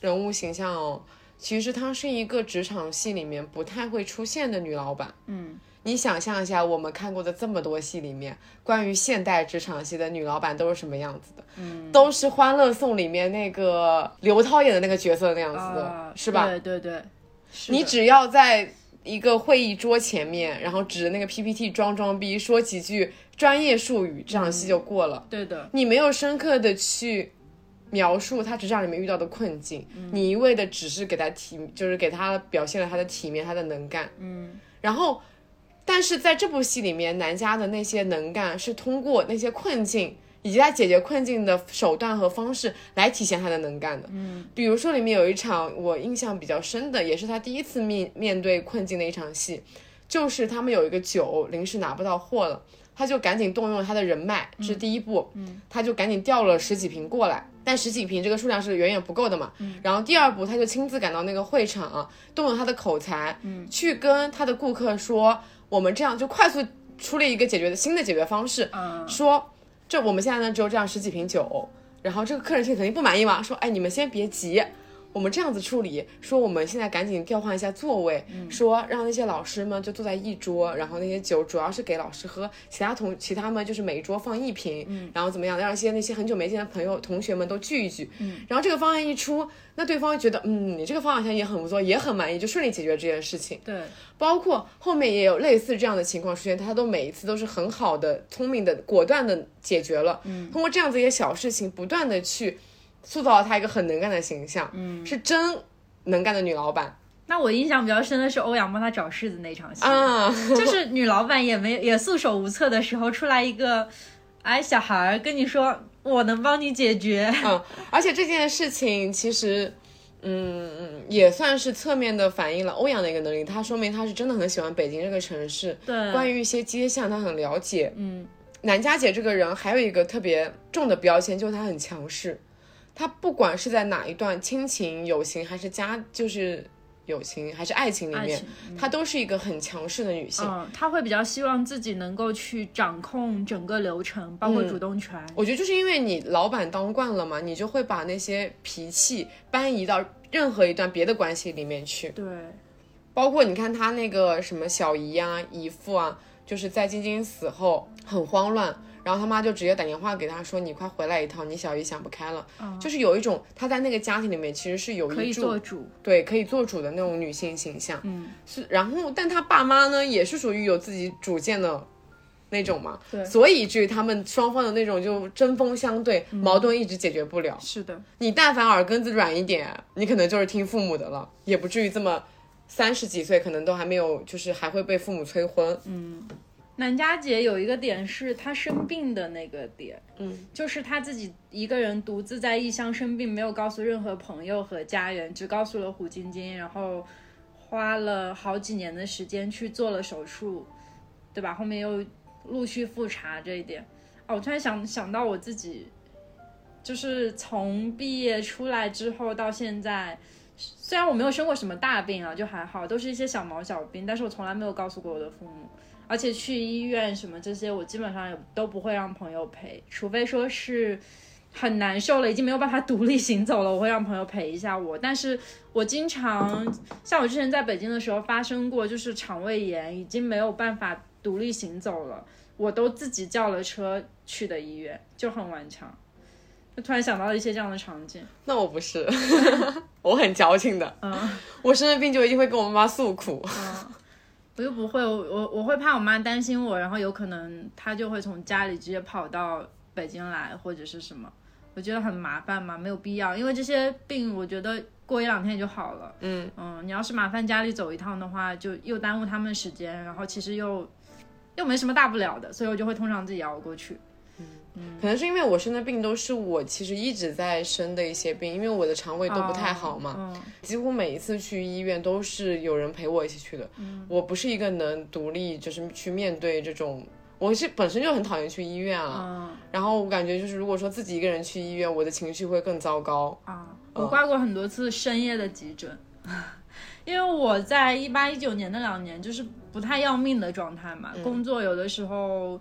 人物形象哦，其实她是一个职场戏里面不太会出现的女老板。你想象一下，我们看过的这么多戏里面，关于现代职场戏的女老板都是什么样子的？都是《欢乐颂》里面那个刘涛演的那个角色那样子的，是吧？ 对对对， 你只要在一个会议桌前面，然后指着那个 PPT 装逼，说几句专业术语，这场戏就过了。 对的， 你没有深刻的去描述他职场里面遇到的困境，你一味的只是给他就是给他表现了他的体面，他的能干。然后但是在这部戏里面，南家的那些能干是通过那些困境以及他解决困境的手段和方式来体现他的能干的。比如说里面有一场我印象比较深的，也是他第一次面对困境的一场戏，就是他们有一个酒临时拿不到货了，他就赶紧动用了他的人脉，这是第一步。他就赶紧调了10几瓶过来，但10几瓶这个数量是远远不够的嘛。然后第二步他就亲自赶到那个会场动用他的口才，去跟他的顾客说，我们这样就快速出了一个新的解决方式，说这我们现在呢只有这样10几瓶酒，然后这个客人肯定不满意嘛，说你们先别急，我们这样子处理，说我们现在赶紧调换一下座位，说让那些老师们就坐在一桌，然后那些酒主要是给老师喝，其他们就是每一桌放1瓶，然后怎么样让那些很久没见的朋友同学们都聚一聚，然后这个方案一出，那对方觉得你这个方案好像也很不错，也很满意，就顺利解决这件事情。 对， 包括后面也有类似这样的情况出现，他都每一次都是很好的、聪明的、果断的解决了。通过这样子一些小事情，不断的去塑造了她一个很能干的形象，是真能干的女老板。 那我印象比较深的是欧阳帮她找柿子那场戏，就是女老板也束手无策的时候，出来一个小孩跟你说我能帮你解决。 而且这件事情其实也算是侧面的反映了欧阳的一个能力，他说明他是真的很喜欢北京这个城市， 对， 关于一些街巷他很了解。南佳姐这个人还有一个特别重的标签，就是她很强势。她不管是在哪一段亲情、友情还是就是友情还是爱情里面，她都是一个很强势的女性。 她会比较希望自己能够去掌控整个流程，包括主动权。 我觉得就是因为你老板当惯了嘛，你就会把那些脾气搬移到任何一段别的关系里面去。 对， 包括你看她那个什么小姨啊、姨父啊，就是在晶晶死后很慌乱，然后他妈就直接打电话给他说，你快回来一趟，你小姨想不开了。就是有一种她在那个家庭里面其实是有可以做主， 对，可以做主的那种女性形象。然后但她爸妈呢也是属于有自己主见的那种嘛， 对， 所以以至于他们双方的那种就针锋相对，矛盾一直解决不了。 是的， 你但凡耳根子软一点，你可能就是听父母的了，也不至于这么30几岁可能都还没有，就是还会被父母催婚。 南佳姐有一个点是她生病的那个点，就是她自己一个人独自在异乡生病，没有告诉任何朋友和家人，只告诉了胡晶晶，然后花了好几年的时间去做了手术，对吧？后面又陆续复查这一点。我突然想到我自己，就是从毕业出来之后到现在，虽然我没有生过什么大病就还好，都是一些小毛小病，但是我从来没有告诉过我的父母。而且去医院什么这些，我基本上都不会让朋友陪，除非说是很难受了，已经没有办法独立行走了，我会让朋友陪一下我。但是我经常像我之前在北京的时候发生过，就是肠胃炎，已经没有办法独立行走了，我都自己叫了车去的医院，就很顽强。就突然想到了一些这样的场景。 那我不是我很矫情的，我生了病就一定会跟我妈妈诉苦。 我就不会，我会怕我妈担心我，然后有可能她就会从家里直接跑到北京来或者是什么，我觉得很麻烦嘛，没有必要，因为这些病我觉得过1-2天就好了。你要是麻烦家里走一趟的话，就又耽误他们时间，然后其实又没什么大不了的，所以我就会通常自己熬过去。 可能是因为我生的病都是我其实一直在生的一些病，因为我的肠胃都不太好嘛，几乎每一次去医院都是有人陪我一起去的。我不是一个能独立就是去面对这种，我是本身就很讨厌去医院然后我感觉就是如果说自己一个人去医院，我的情绪会更糟糕我挂过很多次深夜的急诊因为我在18、19年的2年就是不太要命的状态嘛，工作有的时候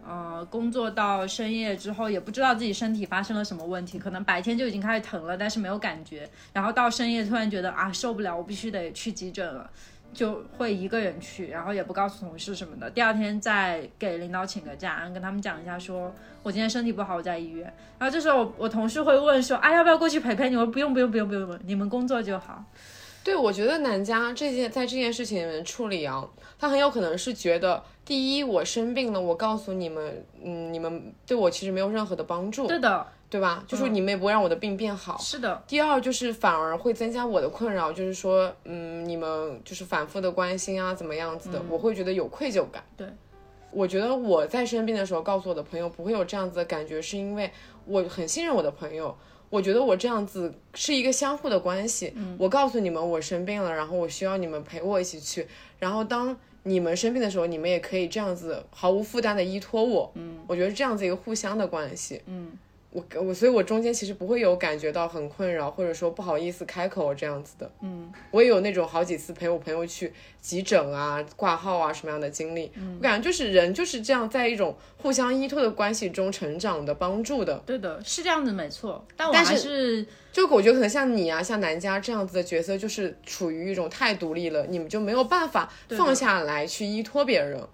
工作到深夜之后也不知道自己身体发生了什么问题，可能白天就已经开始疼了，但是没有感觉，然后到深夜突然觉得受不了，我必须得去急诊了，就会一个人去，然后也不告诉同事什么的，第二天再给领导请个假，跟他们讲一下说我今天身体不好，我在医院。然后这时候我同事会问说要不要过去陪陪你？我说不用，你们工作就好。 对，我觉得南家在这件事情里面处理他很有可能是觉得，第一，我生病了，我告诉你们，你们对我其实没有任何的帮助。 对的， 对吧？就是你们也不会让我的病变好。 是的。 第二就是反而会增加我的困扰，就是说，你们就是反复的关心怎么样子的，我会觉得有愧疚感。 对， 我觉得我在生病的时候告诉我的朋友不会有这样子的感觉，是因为我很信任我的朋友。我觉得我这样子是一个相互的关系，我告诉你们我生病了，然后我需要你们陪我一起去，然后当你们生病的时候，你们也可以这样子毫无负担的依托我。我觉得这样子一个互相的关系。所以我中间其实不会有感觉到很困扰，或者说不好意思开口这样子的。我也有那种好几次陪我朋友去急诊挂号什么样的经历。我感觉就是人就是这样在一种互相依托的关系中成长的，帮助的。 对的，是这样子没错。但我还是就我觉得可能像你像南家这样子的角色，就是处于一种太独立了，你们就没有办法放下来去依托别人。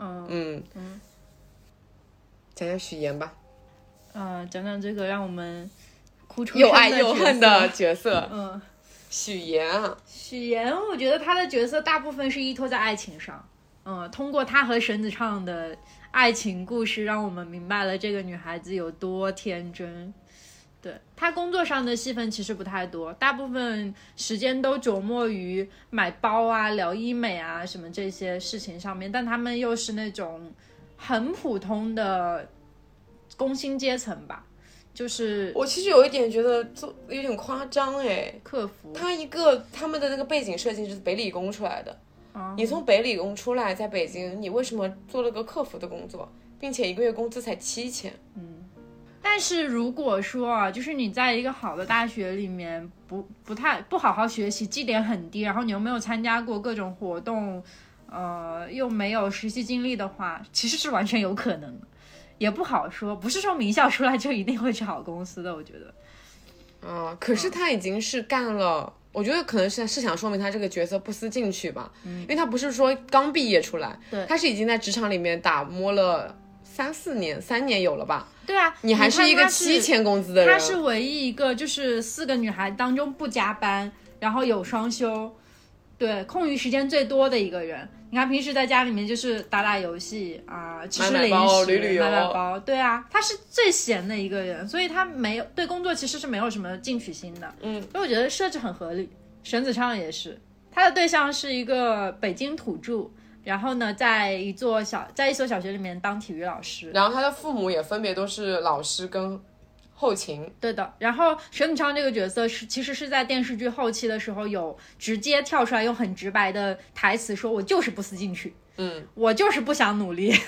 讲讲许岩吧。 讲讲这个让我们哭出又爱又恨的角色。许岩我觉得他的角色大部分是依托在爱情上。通过他和沈子畅的爱情故事，让我们明白了这个女孩子有多天真。对，他工作上的戏份其实不太多，大部分时间都琢磨于买包聊医美什么这些事情上面，但他们又是那种很普通的工薪阶层吧，就是我其实有一点觉得有点夸张客服他们的那个背景设计是北理工出来的。你从北理工出来，在北京，你为什么做了个客服的工作，并且一个月工资才7000？ 但是如果说就是你在一个好的大学里面不好好学习，绩点很低，然后你又没有参加过各种活动，又没有实习经历的话，其实是完全有可能的。也不好说，不是说名校出来就一定会去好公司的，我觉得。 可是他已经是干了，我觉得可能是想说明他这个角色不思进取吧。因为他不是说刚毕业出来， 对， 他是已经在职场里面打磨了3-4年，3年有了吧？ 对啊， 你还是一个7000工资的人。 他是唯一一个就是4个女孩当中不加班，然后有双休，对，空余时间最多的一个人。你看平时在家里面就是打打游戏吃吃零食， 旅游， 买包，对啊，他是最闲的一个人，所以他没有对工作其实是没有什么进取心的。所以我觉得设置很合理。沈子畅也是，他的对象是一个北京土著，然后呢在一所小学里面当体育老师， 然后他的父母也分别都是老师跟后勤。 对的，然后沈子畅这个角色其实是在电视剧后期的时候有直接跳出来用很直白的台词说，我就是不思进取，我就是不想努力。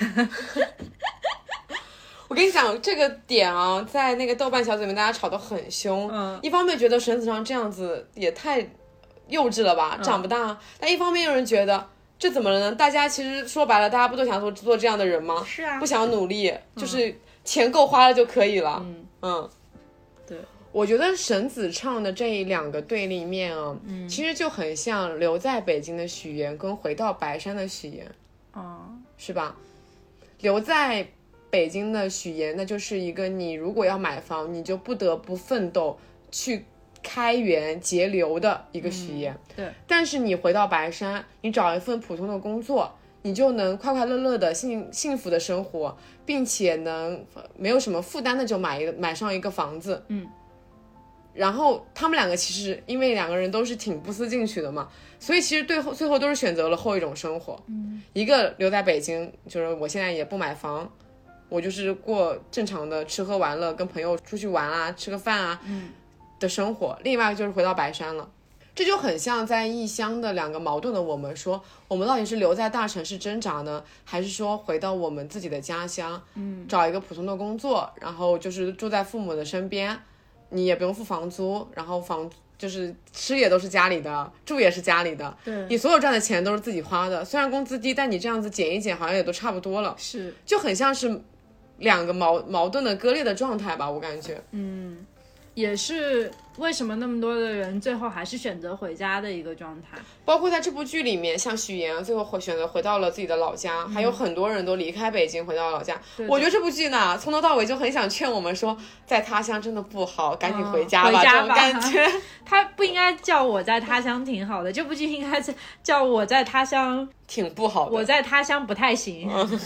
我跟你讲这个点在那个豆瓣小组里面大家吵得很凶。一方面觉得沈子畅这样子也太幼稚了吧，长不大。但一方面有人觉得这怎么了呢？大家其实说白了，大家不都想做这样的人吗？ 是啊， 不想努力，就是钱够花了就可以了。 对， 我觉得沈子畅的这2个对立面其实就很像留在北京的许岩跟回到白山的许岩。是吧？留在北京的许岩，那就是一个你如果要买房，你就不得不奋斗去开源节流的一个许岩。 对。 但是你回到白山，你找一份普通的工作，你就能快快乐乐的幸福的生活，并且能没有什么负担的就买上一个房子。然后他们2个其实因为2个人都是挺不思进取的嘛，所以其实最后都是选择了后一种生活。一个留在北京，就是我现在也不买房，我就是过正常的吃喝玩乐，跟朋友出去玩吃个饭的生活。另外就是回到白山了。这就很像在异乡的2个矛盾的我们，说我们到底是留在大城市挣扎呢，还是说回到我们自己的家乡，找一个普通的工作，然后就是住在父母的身边，你也不用付房租，然后就是吃也都是家里的，住也是家里的， 对， 你所有赚的钱都是自己花的。虽然工资低，但你这样子减一减好像也都差不多了。 是， 就很像是两个矛盾的割裂的状态吧，我感觉。 也是为什么那么多的人最后还是选择回家的一个状态。 包括在这部剧里面，像许妍最后选择回到了自己的老家，还有很多人都离开北京回到老家。我觉得这部剧呢，从头到尾就很想劝我们说，在他乡真的不好，赶紧回家吧， 回家吧这种感觉。 他不应该叫我在他乡挺好的，这部剧应该叫我在他乡挺不好的， 我在他乡不太行。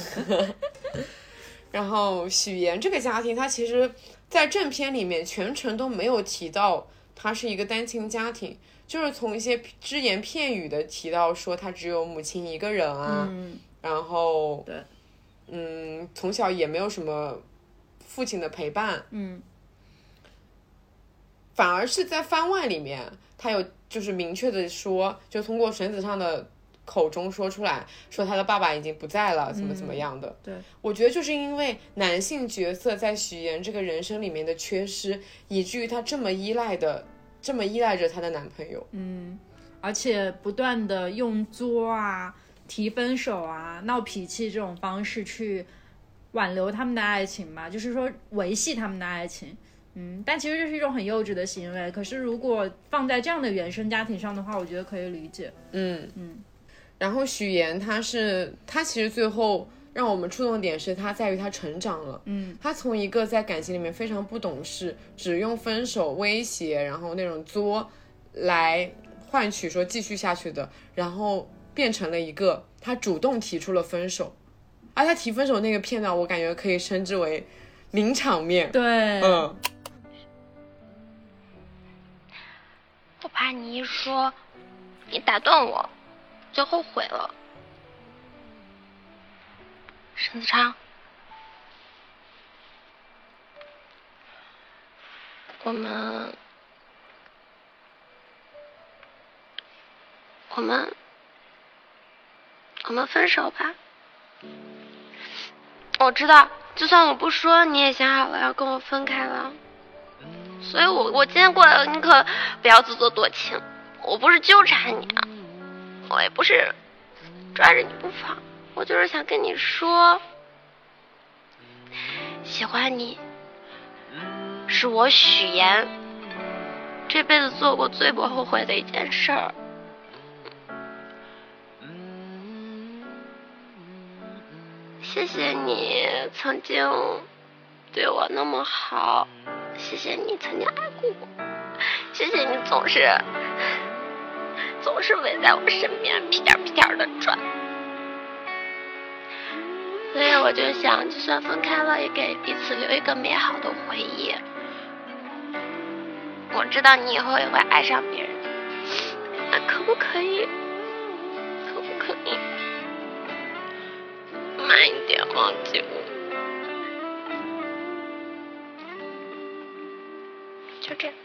然后许妍这个家庭，他其实在正片里面全程都没有提到他是一个单亲家庭，就是从一些只言片语的提到说他只有母亲一个人啊，然后对， 从小也没有什么父亲的陪伴，反而是在番外里面，他有就是明确的说，就通过绳子上的口中说出来，说他的爸爸已经不在了，怎么样的。 对， 我觉得就是因为男性角色在许妍这个人生里面的缺失，以至于他这么依赖着他的男朋友。 而且不断的用作啊、提分手啊、闹脾气这种方式去挽留他们的爱情嘛，就是说维系他们的爱情。但其实这是一种很幼稚的行为，可是如果放在这样的原生家庭上的话，我觉得可以理解。 然后许妍他其实最后让我们触动的点是他在于他成长了。他从一个在感情里面非常不懂事，只用分手威胁，然后那种作来换取说继续下去的，然后变成了一个他主动提出了分手，而他提分手那个片段，我感觉可以称之为名场面。 对， 我怕你一说，你打断我，就后悔了。沈子昌，我们分手吧。我知道，就算我不说，你也想好了要跟我分开了。所以我今天过来了，你可不要自作多情。我不是纠缠你啊，我也不是抓着你不放，我就是想跟你说，喜欢你是我许妍这辈子做过最不后悔的一件事儿。谢谢你曾经对我那么好，谢谢你曾经爱过我，谢谢你总是围在我身边屁颠屁颠的转。所以我就想，就算分开了，也给彼此留一个美好的回忆。我知道你以后也会爱上别人，那可不可以慢一点忘记我？就这样。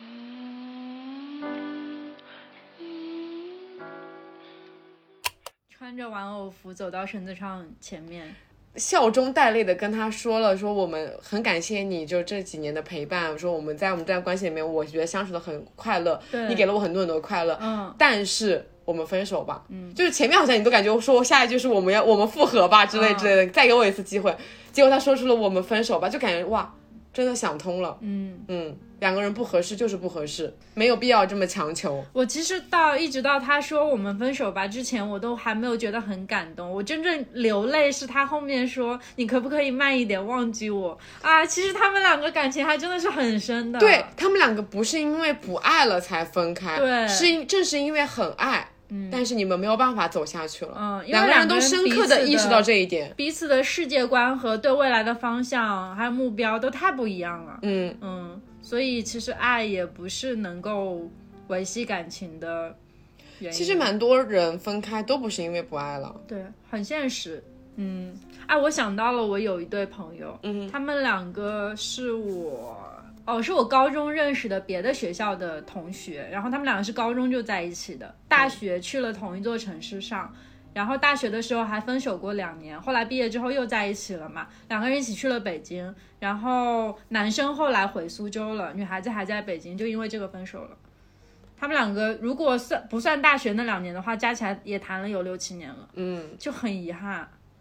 穿着玩偶服走到绳子上前面， 笑中带泪的跟他说了，说我们很感谢你就这几年的陪伴，说我们在这段关系里面，我觉得相处的很快乐，你给了我很多很多快乐，但是我们分手吧。就是前面好像你都感觉说下一句是我们复合吧之类的，再给我一次机会，结果他说出了我们分手吧，就感觉哇，真的想通了。两个人不合适就是不合适，没有必要这么强求。 我其实一直到他说我们分手吧之前，我都还没有觉得很感动。我真正流泪是他后面说你可不可以慢一点忘记我啊！其实他们两个感情还真的是很深的。 对，他们两个不是因为不爱了才分开， 对， 正是因为很爱。但是你们没有办法走下去了。 因为两个人都深刻的意识到这一点， 彼此的世界观和对未来的方向还有目标都太不一样了。所以其实爱也不是能够维系感情的原因。 其实蛮多人分开都不是因为不爱了， 对，很现实。我想到了，我有一对朋友，他们两个是我高中认识的别的学校的同学，然后他们两个是高中就在一起的，大学去了同一座城市上，然后大学的时候还分手过2年，后来毕业之后又在一起了嘛，两个人一起去了北京，然后男生后来回苏州了，女孩子还在北京，就因为这个分手了。他们两个如果不算大学那2年的话，加起来也谈了有6-7年了，就很遗憾。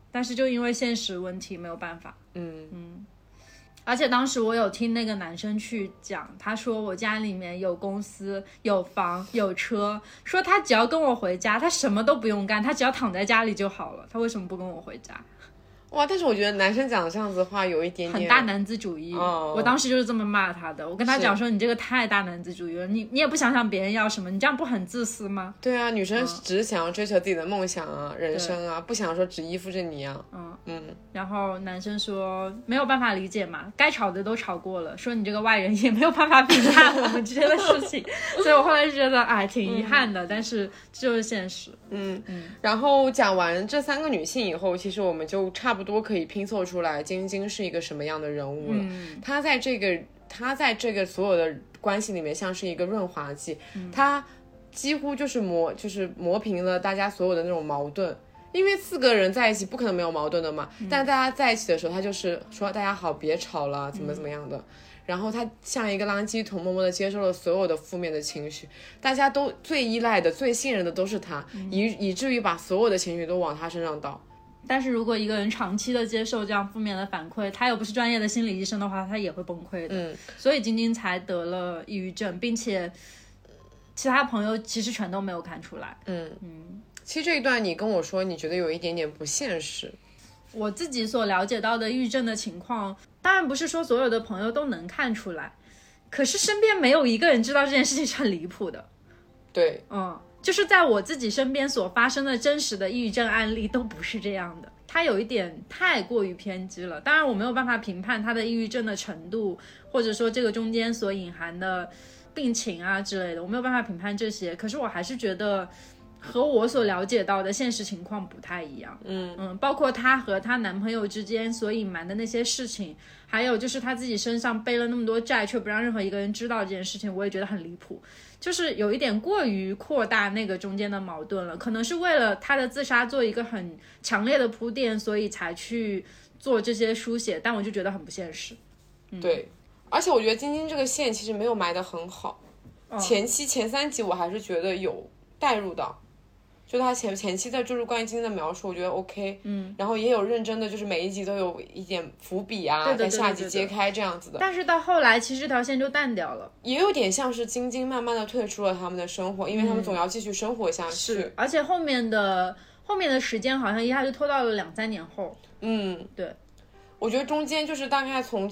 但是就因为现实问题没有办法。而且当时我有听那个男生去讲，他说我家里面有公司有房有车，说他只要跟我回家，他什么都不用干，他只要躺在家里就好了，他为什么不跟我回家？ 哇，但是我觉得男生讲这样子的话有一点点很大男子主义。我当时就是这么骂他的，我跟他讲说你这个太大男子主义了，你也不想想别人要什么，你这样不很自私吗？ 对啊，女生只是想要追求自己的梦想啊、人生啊，不想说只依附着你啊。 然后男生说没有办法理解嘛，该吵的都吵过了，说你这个外人也没有办法评判我们之间的事情。所以我后来就觉得哎挺遗憾的，但是这就是现实。 然后讲完这3个女性以后，其实我们就差不多可以拼凑出来晶晶是一个什么样的人物了。她在这个所有的关系里面像是一个润滑剂，她几乎就是磨平了大家所有的那种矛盾。因为4个人在一起不可能没有矛盾的嘛，但大家在一起的时候，他就是说大家好别吵了，怎么样的。然后他像一个垃圾桶，默默的接受了所有的负面的情绪，大家都最依赖的、最信任的都是他，以至于把所有的情绪都往他身上倒。 但是如果一个人长期的接受这样负面的反馈，他又不是专业的心理医生的话，他也会崩溃的。所以晶晶才得了抑郁症，并且其他朋友其实全都没有看出来。 其实这一段你跟我说你觉得有一点点不现实， 我自己所了解到的抑郁症的情况，当然不是说所有的朋友都能看出来，可是身边没有一个人知道这件事情是很离谱的。 对， 就是在我自己身边所发生的真实的抑郁症案例都不是这样的，他有一点太过于偏激了。当然我没有办法评判他的抑郁症的程度，或者说这个中间所隐含的病情啊之类的，我没有办法评判这些，可是我还是觉得和我所了解到的现实情况不太一样。包括她和她男朋友之间所隐瞒的那些事情，还有就是她自己身上背了那么多债却不让任何一个人知道这件事情，我也觉得很离谱，就是有一点过于扩大那个中间的矛盾了，可能是为了她的自杀做一个很强烈的铺垫，所以才去做这些书写，但我就觉得很不现实。 对，而且我觉得晶晶这个线其实没有埋得很好，前3集我还是觉得有带入到，就他前期的就是关于晶晶的描述我觉得 OK，然后也有认真的就是每一集都有一点伏笔啊，在下集揭开这样子的。 但是到后来其实这条线就淡掉了， 也有点像是晶晶慢慢的退出了他们的生活，因为他们总要继续生活下去。 是，而且后面的时间好像一下就拖到了2-3年后。对， 我觉得中间就是大概从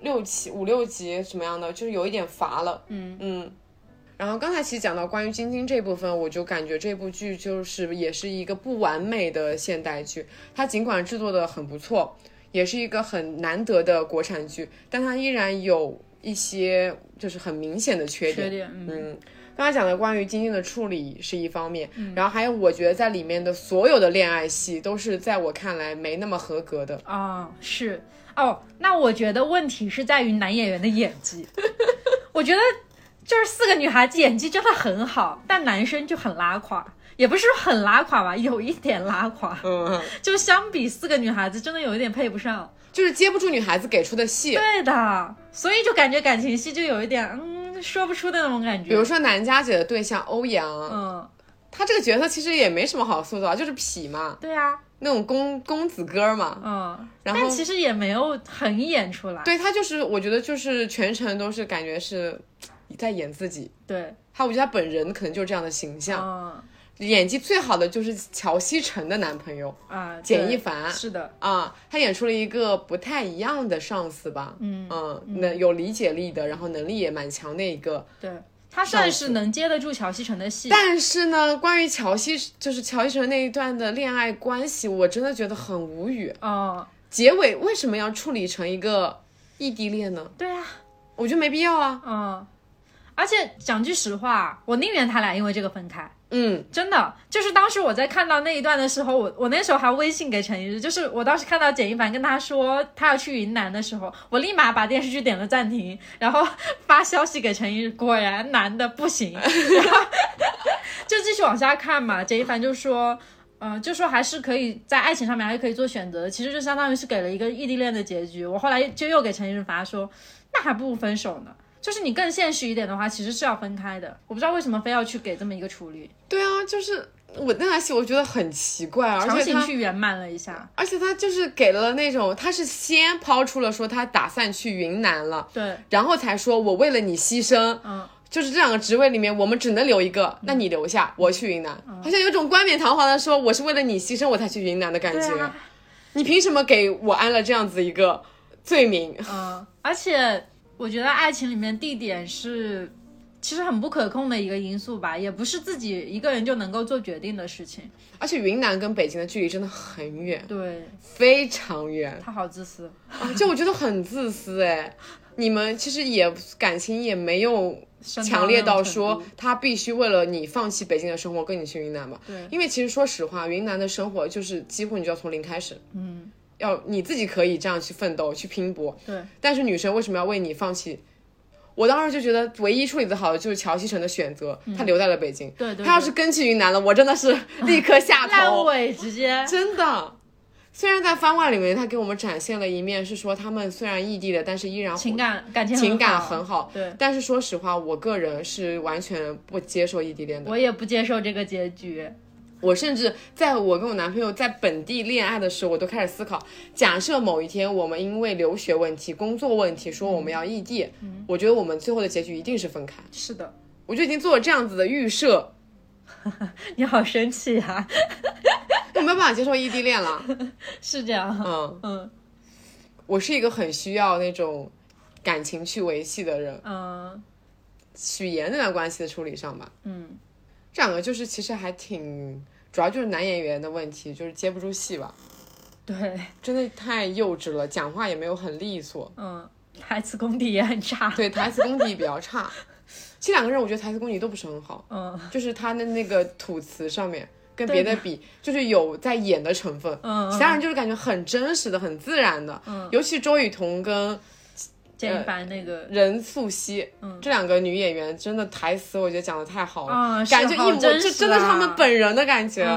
5、6集什么样的，就是有一点乏了。然后刚才其实讲到关于晶晶这部分，我就感觉这部剧就是也是一个不完美的现代剧，它尽管制作的很不错，也是一个很难得的国产剧，但它依然有一些就是很明显的缺点。刚才讲的关于晶晶的处理是一方面，然后还有我觉得在里面的所有的恋爱戏都是在我看来没那么合格的。 是那我觉得问题是在于男演员的演技我觉得就是4个女孩子演技真的很好，但男生就很拉垮，也不是说很拉垮吧，有一点拉垮。就相比4个女孩子真的有一点配不上， 就是接不住女孩子给出的戏。 对的，所以就感觉感情戏就有一点说不出的那种感觉。 比如说南佳姐的对象欧阳，他这个角色其实也没什么好塑造，就是痞嘛。 对啊， 那种公子哥嘛。然后但其实也没有很演出来。 对，他就是我觉得就是全程都是感觉是在演自己。 对， 我觉得他本人可能就是这样的形象。演技最好的就是乔西成的男朋友简一凡。是的他演出了一个不太一样的上司吧。那有理解力的，然后能力也蛮强的一个。 对，他算是能接得住乔西成的戏。 但是呢，关于乔西成那一段的恋爱关系，我真的觉得很无语。结尾为什么要处理成一个异地恋呢？ 对啊， 我觉得没必要啊。 而且讲句实话，我宁愿他俩因为这个分开。真的，就是当时我在看到那一段的时候，我那时候还微信给陈一日，就是我当时看到简一凡跟他说他要去云南的时候，我立马把电视剧点了暂停，然后发消息给陈一日，果然男的不行，然后就继续往下看嘛。简一凡就说就说还是可以在爱情上面还是可以做选择，其实就相当于是给了一个异地恋的结局。我后来就又给陈一日发说，那还不如分手呢，就是你更现实一点的话其实是要分开的，我不知道为什么非要去给这么一个处理。 对啊，就是我那戏我觉得很奇怪，而强且他行去圆满了一下， 而且他就是给了那种，他是先抛出了说他打算去云南了， 对， 然后才说我为了你牺牲，就是这两个职位里面我们只能留一个，那你留下，我去云南，好像有种冠冕堂皇的说我是为了你牺牲我才去云南的感觉，你凭什么给我安了这样子一个罪名？ 而且我觉得爱情里面地点是其实很不可控的一个因素吧，也不是自己一个人就能够做决定的事情。 而且云南跟北京的距离真的很远， 对， 非常远。 他好自私就我觉得很自私哎。你们其实也感情也没有强烈到说他必须为了你放弃北京的生活跟你去云南吧。 对， 因为其实说实话，云南的生活就是几乎你就要从零开始。要你自己可以这样去奋斗去拼搏。 对， 但是女生为什么要为你放弃？我当时就觉得唯一处理的好的就是乔西成的选择，他留在了北京。 对， 他要是跟去云南了，我真的是立刻下头。 烂尾直接真的。虽然在番外里面他给我们展现了一面是说他们虽然异地了，但是依然情感很好。 对， 但是说实话，我个人是完全不接受异地恋的。 我也不接受这个结局。 我甚至在我跟我男朋友在本地恋爱的时候，我都开始思考，假设某一天我们因为留学问题、工作问题说我们要异地，我觉得我们最后的结局一定是分开。 是的， 我就已经做了这样子的预设。 你好生气啊！ 我没有办法接受异地恋了。 是这样。 我是一个很需要那种感情去维系的人。许妍那段关系的处理上吧。这两个就是其实还挺，主要就是男演员的问题，就是接不住戏吧。 对， 真的太幼稚了，讲话也没有很利索。 台词功底也很差。 对，台词功底比较差。这两个人我觉得台词功底都不是很好。就是他的那个吐词上面跟别的比，就是有在演的成分。其他人就是感觉很真实的、很自然的。尤其周雨彤跟简一凡那个任素汐，这两个女演员真的台词我觉得讲的太好了， 感觉一模，这真的是他们本人的感觉。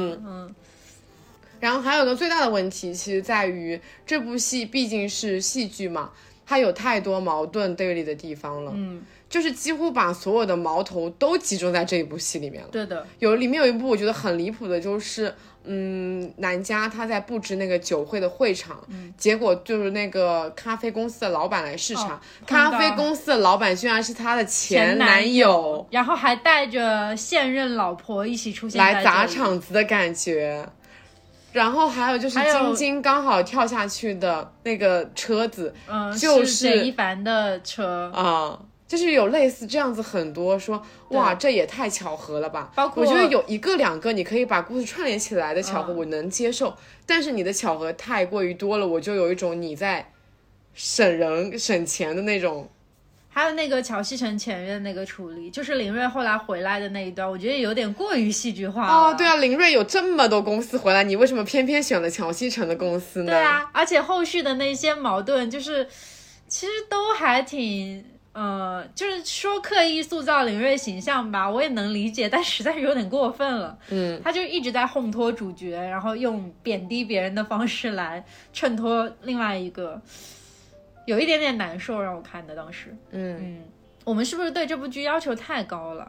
然后还有一个最大的问题，其实在于这部戏毕竟是戏剧嘛，它有太多矛盾对立的地方了。就是几乎把所有的矛头都集中在这一部戏里面了。 对的， 里面有一部我觉得很离谱的，就是南家他在布置那个酒会的会场，结果就是那个咖啡公司的老板来视察，咖啡公司的老板居然是他的前男友， 然后还带着现任老婆一起出现来砸场子的感觉。然后还有就是晶晶刚好跳下去的那个车子，就是简一凡的车啊。就是有类似这样子很多说，哇，这也太巧合了吧。 包括我觉得有一个两个你可以把故事串联起来的巧合我能接受，但是你的巧合太过于多了，我就有一种你在省人省钱的那种。 还有那个乔西成前任那个处理，就是林睿后来回来的那一段，我觉得有点过于戏剧化了。 对啊，林睿有这么多公司回来，你为什么偏偏选了乔西成的公司呢？ 对啊，而且后续的那些矛盾就是其实都还挺就是说刻意塑造林睿形象吧，我也能理解，但实在是有点过分了。他就一直在烘托主角，然后用贬低别人的方式来衬托另外一个，有一点点难受让我看的当时。我们是不是对这部剧要求太高了？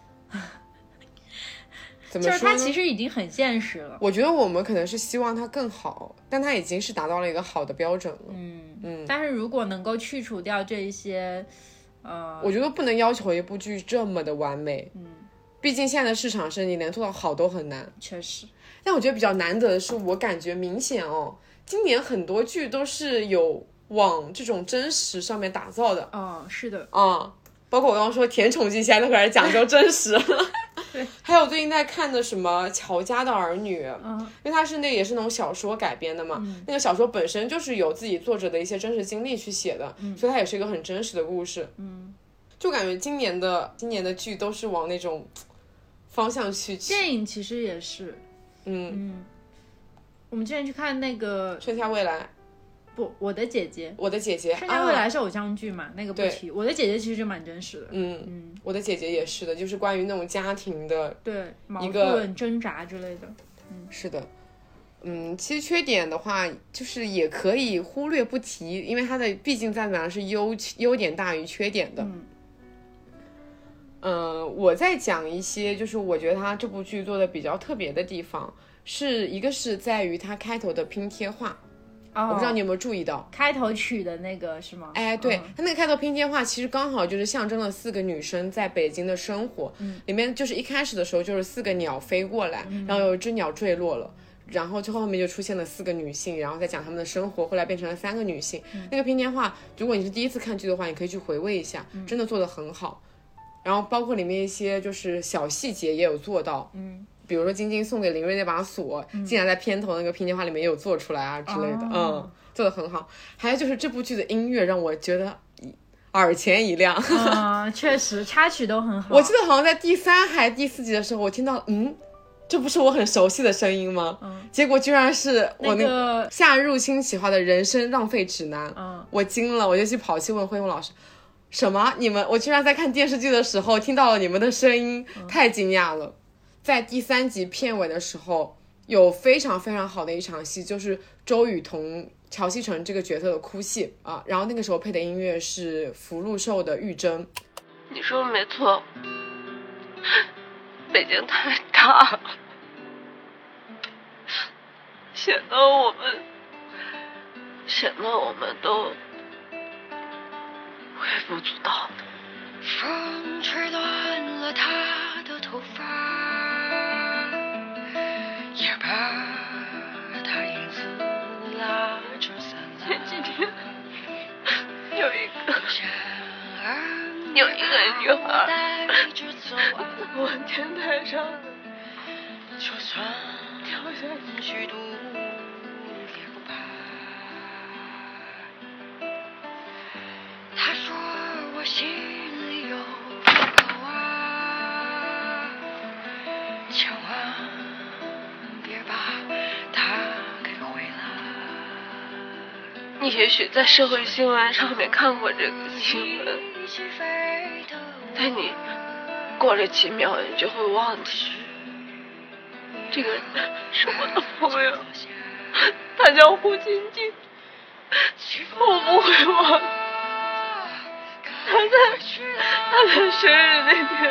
怎么说呢？ 就是它其实已经很现实了。 我觉得我们可能是希望它更好，但它已经是达到了一个好的标准了。 但是如果能够去除掉这一些我觉得不能要求一部剧这么的完美。毕竟现在的市场是你连做到好都很难。 确实。 但我觉得比较难得的是，我感觉明显今年很多剧都是有往这种真实上面打造的。 是的。 包括我刚刚说甜宠剧现在都开始讲究真实。对，还有最近在看的什么《乔家的儿女》，因为它是也是那种小说改编的嘛，那个小说本身就是有自己作者的一些真实经历去写的，所以它也是一个很真实的故事。就感觉今年的剧都是往那种方向去。 电影其实也是。我们之前去看那个 《春夏未来》。 不，我的姐姐，春夏未来是偶像剧嘛，那个不提。我的姐姐其实就蛮真实的。我的姐姐也是的，就是关于那种家庭的矛盾挣扎之类的。 是的。其实缺点的话就是也可以忽略不提，因为它的毕竟在哪是优点大于缺点的。 我在讲一些就是我觉得他这部剧做的比较特别的地方，一个是在于他开头的拼贴画。我不知道你有没有注意到开头曲的那个是吗？ 哎，对，他那个开头拼贴画其实刚好就是象征了4个女生在北京的生活。里面就是一开始的时候就是4个鸟飞过来，然后有一只鸟坠落了，然后最后面就出现了4个女性，然后再讲她们的生活，后来变成了3个女性。那个拼贴画如果你是第一次看剧的话，你可以去回味一下，真的做得很好。然后包括里面一些就是小细节也有做到，比如说晶晶送给林睿那把锁，竟然在片头那个拼贴画里面也有做出来啊之类的，做得很好。还有就是这部剧的音乐让我觉得耳前一亮， 确实插曲都很好。 我记得好像在第3还第4集的时候，我听到这不是我很熟悉的声音吗？结果居然是我那个夏入侵企划的人生浪费指南，我惊了，我就跑去问慧红老师，什么我居然在看电视剧的时候听到了你们的声音，太惊讶了。在第3集片尾的时候有非常非常好的一场戏，就是周雨彤乔西成这个角色的哭戏啊，然后那个时候配的音乐是福禄寿的《玉珍》。 你说的没错，北京太大了，显得我们都微不足道。 风吹乱了他的头发，也把他影子拉着散了。 前几天有一个女孩我天台上就算跳下去， 虚度也不怕。他说我心里有口啊，千万别把它给毁了。 你也许在社会新闻上面看过这个新闻，但你过了几秒你就会忘记。这个人是我的朋友，他叫胡晶晶，我不会忘。他在生日那天，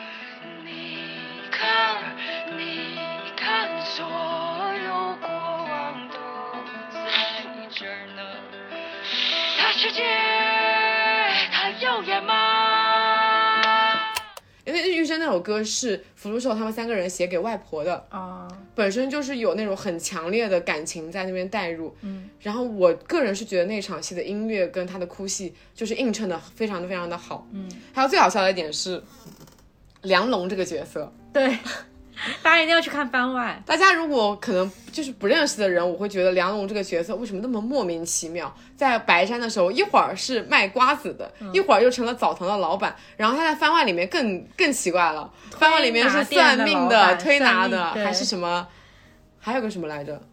你看所有过往都在你这儿呢。大世界它耀眼吗？ 因为《玉珍》那首歌是福禄寿他们3个人写给外婆的本身就是有那种很强烈的感情在那边带入。然后我个人是觉得那场戏的音乐跟他的哭戏就是映衬的非常的非常的好。还有最好笑的一点是梁龙这个角色， 对，大家一定要去看番外。 大家如果可能就是不认识的人，我会觉得梁龙这个角色为什么那么莫名其妙，在白山的时候一会儿是卖瓜子的，一会儿又成了澡堂的老板，然后他在番外里面更奇怪了，番外里面是算命的、推拿的，还是什么，还有个什么来着，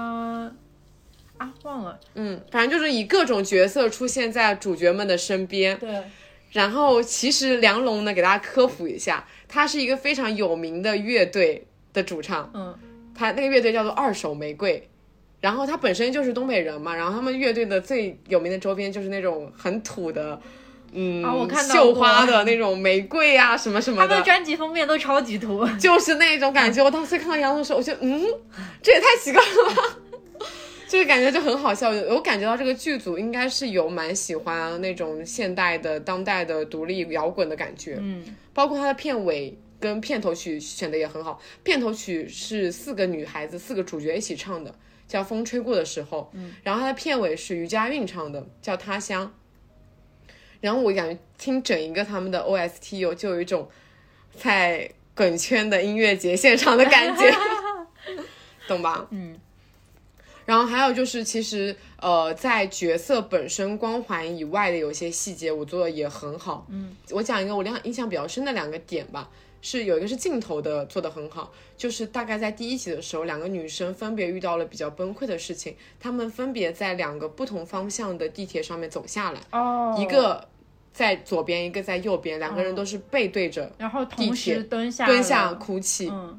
忘了。 反正就是以各种角色出现在主角们的身边。 对， 然后其实梁龙呢，给大家科普一下，他是一个非常有名的乐队的主唱。他那个乐队叫做二手玫瑰，然后他本身就是东北人嘛，然后他们乐队的最有名的周边就是那种很土的我看到绣花的那种玫瑰啊什么什么的， 他们专辑封面都超级土， 就是那种感觉。我当时看到杨龙的时候，我就这也太奇怪了吧这个感觉就很好笑。我感觉到这个剧组应该是有蛮喜欢那种现代的当代的独立摇滚的感觉。包括它的片尾跟片头曲选的也很好。片头曲是4个女孩子4个主角一起唱的，叫风吹过的时候。然后它的片尾是余佳韵唱的，叫他乡。然后我感觉听整一个他们的 OST 就有一种在滚圈的音乐节现场的感觉懂吧？然后还有就是其实在角色本身光环以外的有些细节我做的也很好。我讲一个我印象比较深的2个点吧，是有一个是镜头的做的很好，就是大概在第1集的时候2个女生分别遇到了比较崩溃的事情，她们分别在2个不同方向的地铁上面走下来。一个在左边一个在右边，2个人都是背对着， 然后同时蹲下哭泣。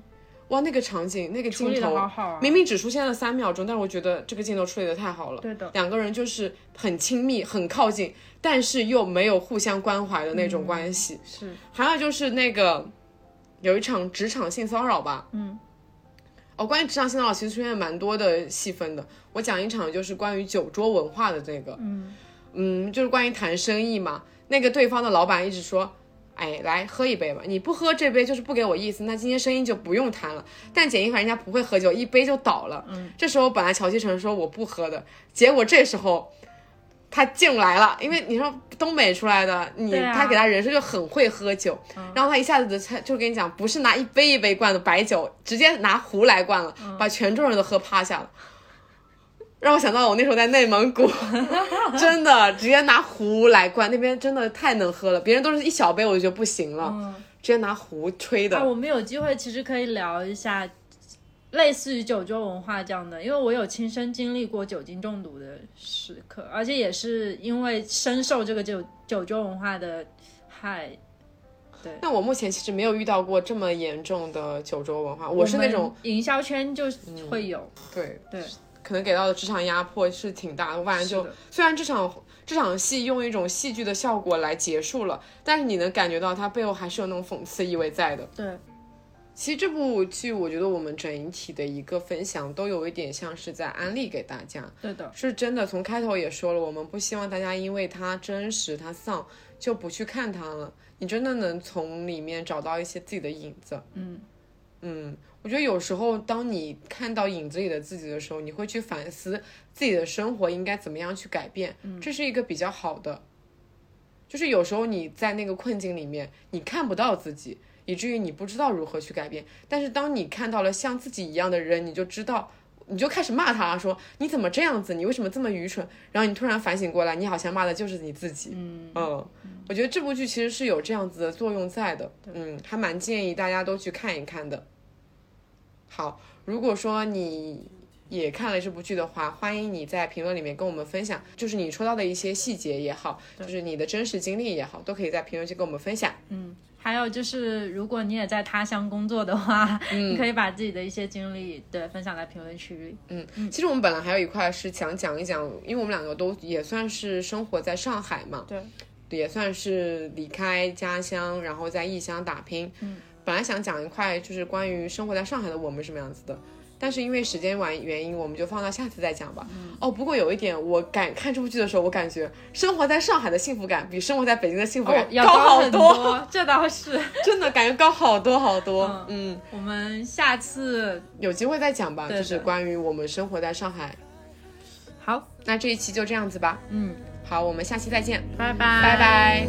哇，那个场景那个镜处理头得好好啊明明只出现了3秒钟，但是我觉得这个镜头处理的太好了。 对的， 两个人就是很亲密很靠近，但是又没有互相关怀的那种关系。 是， 还有就是那个有一场职场性骚扰吧，关于职场性骚扰其实出现了蛮多的细分的。我讲一场就是关于酒桌文化的这个，就是关于谈生意嘛。那个对方的老板一直说，哎，来喝一杯吧，你不喝这杯就是不给我意思，那今天生意就不用谈了。但简一凡人家不会喝酒，一杯就倒了。这时候本来乔西成说我不喝的，结果这时候他进来了，因为你说东北出来的，他给他人设就很会喝酒，然后他一下子就跟你讲，不是拿一杯一杯灌的白酒，直接拿壶来灌了，把全桌人都喝趴下了。让我想到我那时候在内蒙古真的直接拿壶来灌，那边真的太能喝了，别人都是一小杯我就觉得不行了，直接拿壶吹的。 我们有机会其实可以聊一下类似于酒桌文化这样的，因为我有亲身经历过酒精中毒的时刻，而且也是因为深受这个酒桌文化的害。对， 那我目前其实没有遇到过这么严重的酒桌文化，我是那种营销圈就会有， 对， 可能给到的职场压迫是挺大的。不然就虽然这场戏用一种戏剧的效果来结束了，但是你能感觉到它背后还是有那种讽刺意味在的。 对， 其实这部剧我觉得我们整体的一个分享都有一点像是在安利给大家。 对的， 是真的，从开头也说了，我们不希望大家因为它真实它丧就不去看它了，你真的能从里面找到一些自己的影子。我觉得有时候当你看到影子里的自己的时候，你会去反思自己的生活应该怎么样去改变，这是一个比较好的。就是有时候你在那个困境里面你看不到自己，以至于你不知道如何去改变，但是当你看到了像自己一样的人，你就知道，你就开始骂他，说你怎么这样子，你为什么这么愚蠢，然后你突然反省过来，你好像骂的就是你自己。我觉得这部剧其实是有这样子的作用在的，还蛮建议大家都去看一看的。好，如果说你也看了这部剧的话，欢迎你在评论里面跟我们分享，就是你说到的一些细节也好，就是你的真实经历也好，都可以在评论区跟我们分享。 还有就是如果你也在他乡工作的话，你可以把自己的一些经历分享在评论区里。 其实我们本来还有一块是想讲一讲，因为我们两个都也算是生活在上海嘛， 对， 也算是离开家乡然后在异乡打拼。本来想讲一块就是关于生活在上海的我们什么样子的，但是因为时间原因我们就放到下次再讲吧。不过有一点我看这部剧的时候，我感觉生活在上海的幸福感比生活在北京的幸福感要高很多，这倒是真的感觉高好多好多。 我们下次有机会再讲吧，就是关于我们生活在上海。 好， 那这一期就这样子吧。好，我们下期再见， 拜拜拜拜。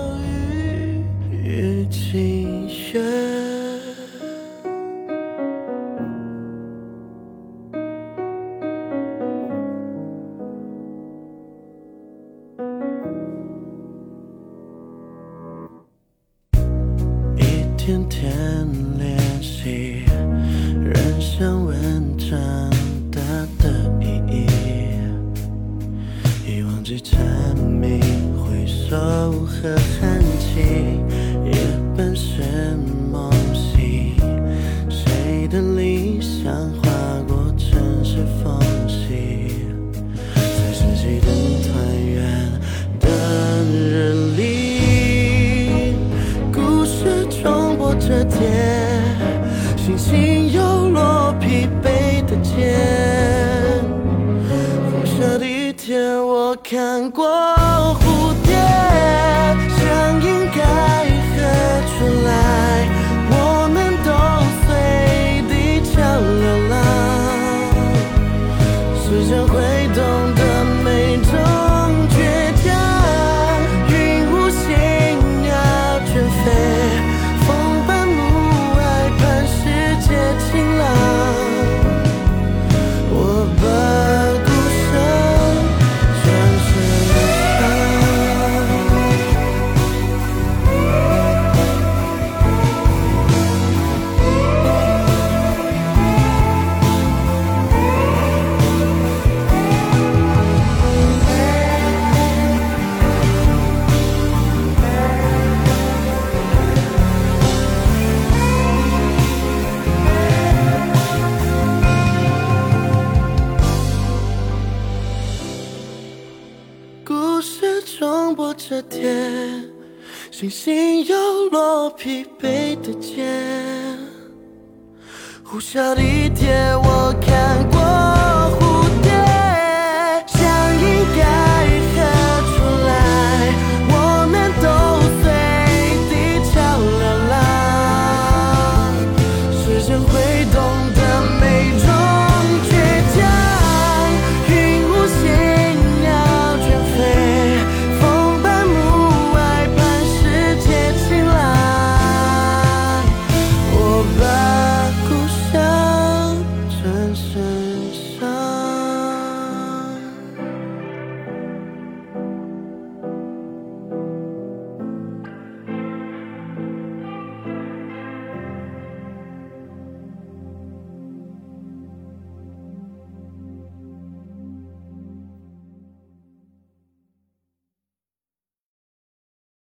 雨晴雪，一天天练习人生文章大的意义，已忘记蝉鸣回首和寒气，也本是梦醒，谁的理想划过城市缝隙，在世纪等团圆的日里，故事重播着天，星星又落疲惫的肩，辐射的一天我看过蝴蝶像应该何处来，我们都随地球流浪，时间会懂得每种倔强，云无心要卷飞，风般暮霭盼世界晴朗，我把孤身转身着天，星星又落疲惫的肩，呼啸地铁我看过